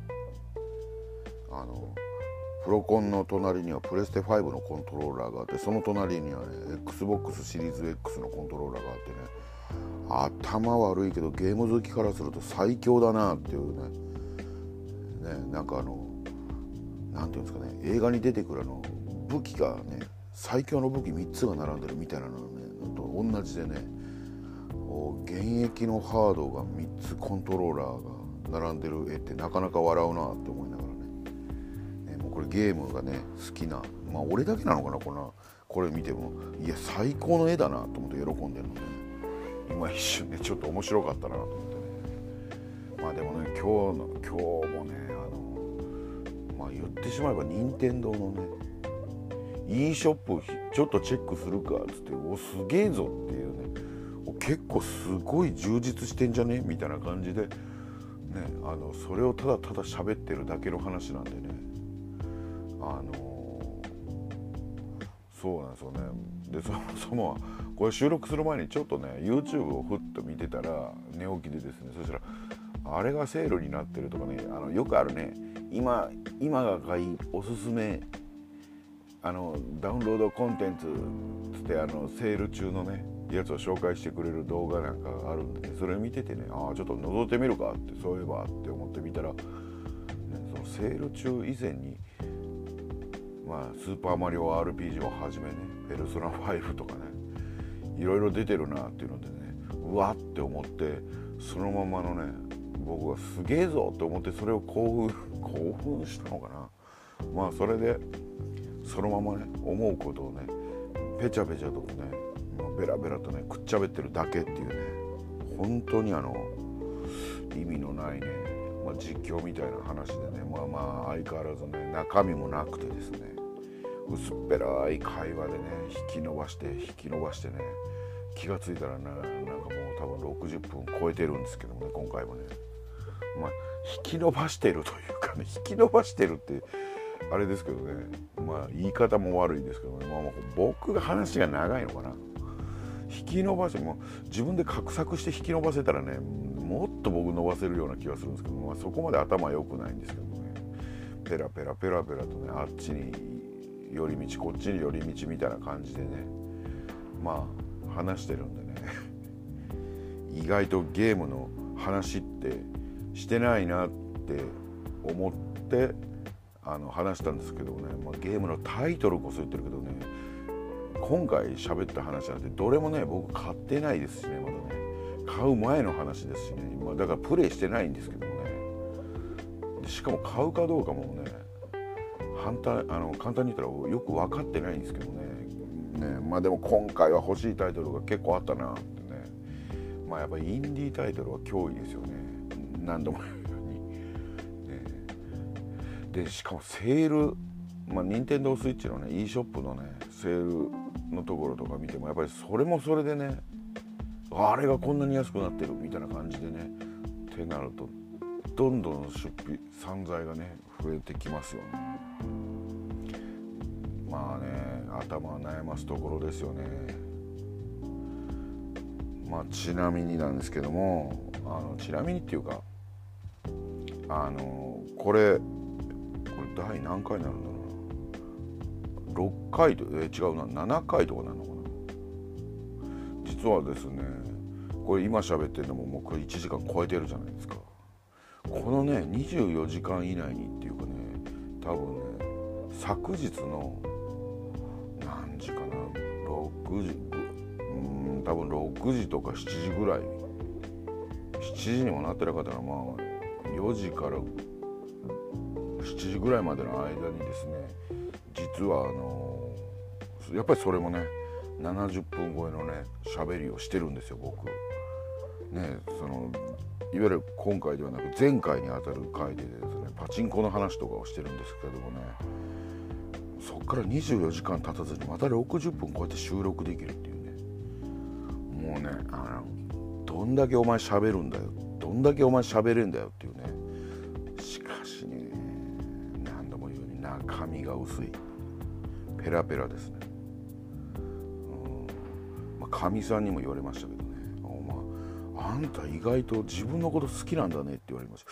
[SPEAKER 1] あのプロコンの隣にはプレステファイブのコントローラーがあって、その隣にはね Xbox シリーズ X のコントローラーがあってね、頭悪いけどゲーム好きからすると最強だなっていうね、ねなんかあのなんていうんですかね、映画に出てくるあの武器がね、最強の武器みっつが並んでるみたいなのねと同じでね、現役のハードがみっつコントローラーが並んでる絵ってなかなか笑うなって思いながらね、ねもうこれゲームがね好きな、まあ俺だけなのかな、このこれ見ても、いや最高の絵だなと思って喜んでるので、ね、今一瞬ねちょっと面白かったなと思ってね。まあでもね、今日の今日もね、あのまあ言ってしまえば任天堂のね e ショップちょっとチェックするかっつって、おすげえぞっていうね、結構すごい充実してんじゃねみたいな感じでね、あのそれをただただ喋ってるだけの話なんでね、あのそうなんですよね。でそもそもこれ収録する前にちょっとね YouTube をふっと見てたら、寝起きでですね、そしたらあれがセールになってるとかね、あのよくあるね、今今が買いおすすめあのダウンロードコンテンツつって、あのセール中のねやつを紹介してくれる動画なんかがあるんで、ね、それ見ててね、ああちょっと覗いてみるかって、そういえばって思ってみたら、ね、そのセール中以前に、まあ、スーパーマリオ アールピージー をはじめね、ペルソナファイブとかね、いろいろ出てるなっていうのでね、うわって思って、そのままのね、僕はすげえぞと思ってそれを興奮興奮したのかな。まあそれでそのままね思うことをねペチャペチャとねベラベラとねくっちゃべってるだけっていうね、本当にあの意味のないね、まあ、実況みたいな話でね、まあまあ相変わらずね中身もなくてですね、薄っぺらい会話でね引き伸ばして引き伸ばしてね、気がついたらな、なんかもう多分ろくじゅっぷん超えてるんですけどもね、今回もね、まあ引き伸ばしてるというかね、引き伸ばしてるってあれですけどね、まあ言い方も悪いですけどね、まあ、僕が話が長いのかな。引き伸ばしても自分で画策して引き伸ばせたらね、もっと僕伸ばせるような気がするんですけど、まあ、そこまで頭良くないんですけどね、ペラペラペラペラとね、あっちに寄り道こっちに寄り道みたいな感じでね、まあ話してるんでね意外とゲームの話ってしてないなって思ってあの話したんですけどね、まあ、ゲームのタイトルこそ言ってるけどね、今回喋った話なんてどれもね僕買ってないですしね、まだね買う前の話ですしね、まあ、だからプレイしてないんですけどもね、しかも買うかどうかもね反対あの簡単に言ったらよく分かってないんですけどね、ねまあでも今回は欲しいタイトルが結構あったなってね、まあやっぱりインディータイトルは脅威ですよね、何度も言うように、ね、でしかもセール、まあ任天堂スイッチのね e ショップのねセールのところとか見てもやっぱりそれもそれでね、あれがこんなに安くなってるみたいな感じでねってなると、どんどん出費散財がね増えてきますよね。まあね頭を悩ますところですよね。まあちなみになんですけども、あのちなみにっていうかあのこれこれ第何回になるんだろうな、ろっかいとえ違うなななかいとかなのかな。実はですねこれ今喋ってるのももうこれいちじかん超えてるじゃないですか。このねにじゅうよじかん以内にっていうかね、多分ね昨日の何時かな、ろくじ、うん多分ろくじとかしちじぐらい、しちじにもなってなかったらまあよじからしちじぐらいまでの間にですね、実はあのやっぱりそれもねななじゅっぷん超えのね喋りをしてるんですよ僕ね。そのいわゆる今回ではなく前回にあたる回でですねパチンコの話とかをしてるんですけどもね、そっからにじゅうよじかん経たずにまたろくじゅっぷんこうやって収録できるっていうね、もうねあのどんだけお前喋るんだよ、どんだけお前喋れるんだよっていうね。しかしね何度も言うように中身が薄い、ペラペラですね。かみさんにも言われましたけどね、お前あんた意外と自分のこと好きなんだねって言われました。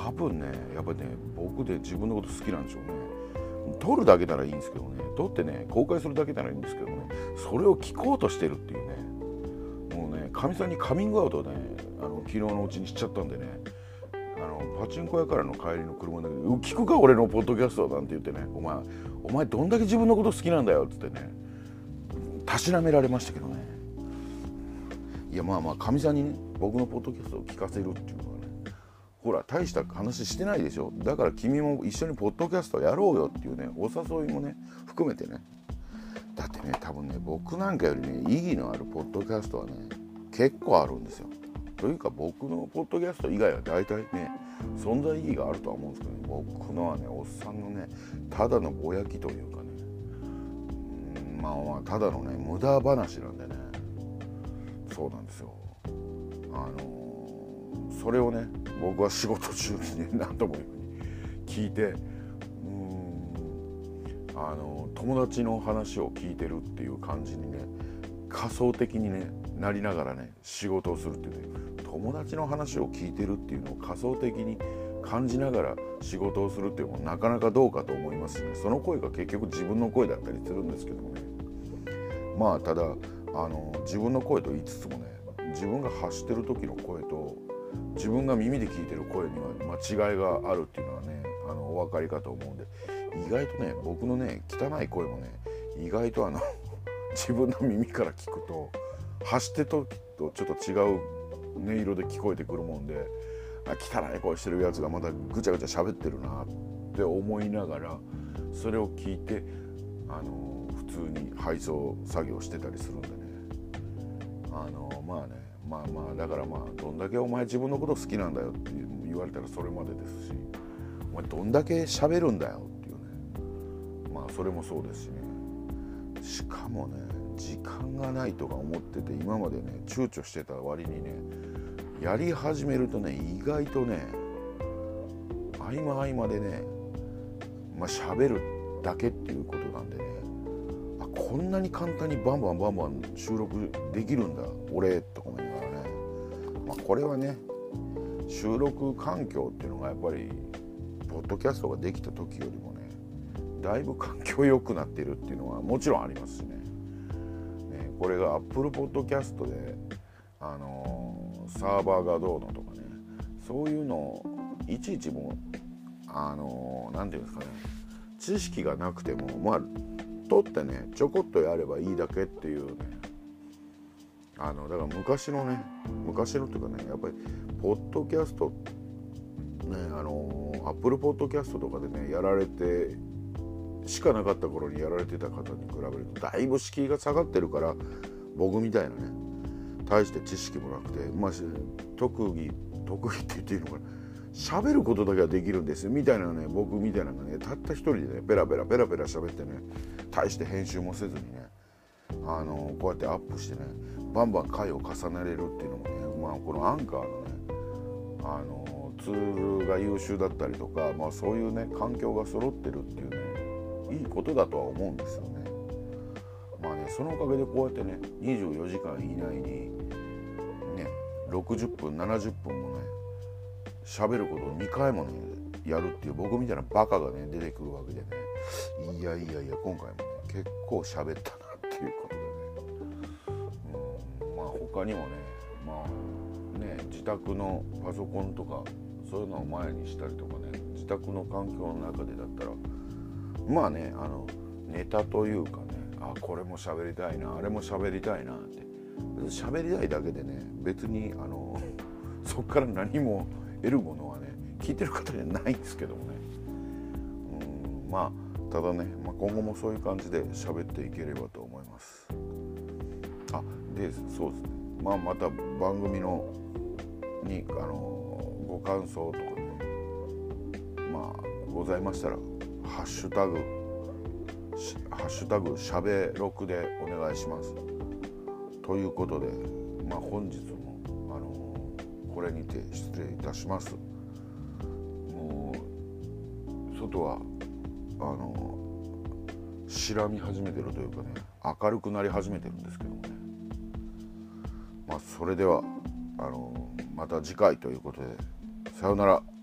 [SPEAKER 1] 多分ねやっぱりね僕で自分のこと好きなんでしょうね。撮るだけならいいんですけどね、撮ってね公開するだけならいいんですけどね、それを聞こうとしてるっていうね、もうねかみさんにカミングアウトをねあの昨日のうちにしちゃったんでね、 あのパチンコ屋からの帰りの車で「聞くか俺のポッドキャスト」なんて言ってね「お前お前どんだけ自分のこと好きなんだよ」っつってねたしなめられましたけどね。いやまあまあかみさんにね僕のポッドキャストを聞かせるっていうのはね、ほら大した話してないでしょ、だから君も一緒にポッドキャストやろうよっていうねお誘いもね含めてね。だってね多分ね僕なんかよりね意義のあるポッドキャストはね結構あるんですよ。というか僕のポッドキャスト以外は大体ね存在意義があるとは思うんですけど、ね、僕のはねおっさんのねただのぼやきというかね、うんまあまあただのね無駄話なんでね。そうなんですよ。あのー、それをね僕は仕事中にね何度も言うように聞いて、うーんあのー、友達の話を聞いてるっていう感じにね仮想的にねなりながらね仕事をするっていうね、友達の話を聞いてるっていうのを仮想的に感じながら仕事をするっていうのもなかなかどうかと思いますしね。その声が結局自分の声だったりするんですけどもね。まあただあの自分の声と言いつつもね自分が発してる時の声と自分が耳で聞いてる声には、まあ、違いがあるっていうのはねあのお分かりかと思うんで、意外とね僕のね汚い声もね意外とあの自分の耳から聞くと発してる時とちょっと違う音色で聞こえてくるもんで、あ汚い声してるやつがまたぐちゃぐちゃ喋ってるなって思いながらそれを聞いてあの普通に配送作業してたりするんでね。あのまあねまあまあだからまあどんだけお前自分のこと好きなんだよって言われたらそれまでですし、お前どんだけ喋るんだよっていうね、まあそれもそうですしね。しかもね時間がないとか思ってて今までね躊躇してた割にねやり始めるとね意外とね合間合間でねまあ喋るだけっていうことなんでね、あこんなに簡単にバンバンバンバン収録できるんだ俺とか思いながらね、まあ、これはね収録環境っていうのがやっぱりポッドキャストができた時よりもねだいぶ環境良くなっているっていうのはもちろんありますし ね, ねこれが Apple Podcast で、あのー、サーバーがどうのとかねそういうのをいちいちもうあのー、なんていうんですかね知識がなくてもまあ取ってねちょこっとやればいいだけっていうね、あのだから昔のね昔のっていうかねやっぱりポッドキャストねあのアップルポッドキャストとかでねやられてしかなかった頃にやられてた方に比べるとだいぶ敷居が下がってるから、僕みたいなね大して知識もなくてまあ特技特技って言っていいのかな喋ることだけはできるんですみたいなね僕みたいなのがねたった一人でねペラペラペラペラ喋ってね大して編集もせずにねあのこうやってアップしてねバンバン回を重ねれるっていうのもね、まあこのアンカーのねあのツールが優秀だったりとか、まあそういうね環境が揃ってるっていうねいいことだとは思うんですよね。まあねそのおかげでこうやってねにじゅうよじかん以内にねろくじゅっぷんななじゅっぷんもね喋ることをにかいもねやるっていう僕みたいなバカがね出てくるわけでね、いやいやいや今回もね結構喋ったなっていうことでね、うん、まあ他にもねまあね自宅のパソコンとかそういうのを前にしたりとかね自宅の環境の中でだったらまあねあのネタというかねあこれも喋りたいなあれも喋りたいなって喋りたいだけでね別にあのそっから何も得るものはね聞いてる方じゃないんですけどもね、うんまあただね、まあ、今後もそういう感じで喋っていければと思います。あでそうですねまあまた番組のにあのご感想とかねまあございましたらハッシュタグハッシュタグしゃべろくでお願いしますということで、まあ本日もあのこれにて失礼いたします。もう外はあの白み始めてるというかね明るくなり始めてるんですけどもね、まあそれではあのまた次回ということでさようなら。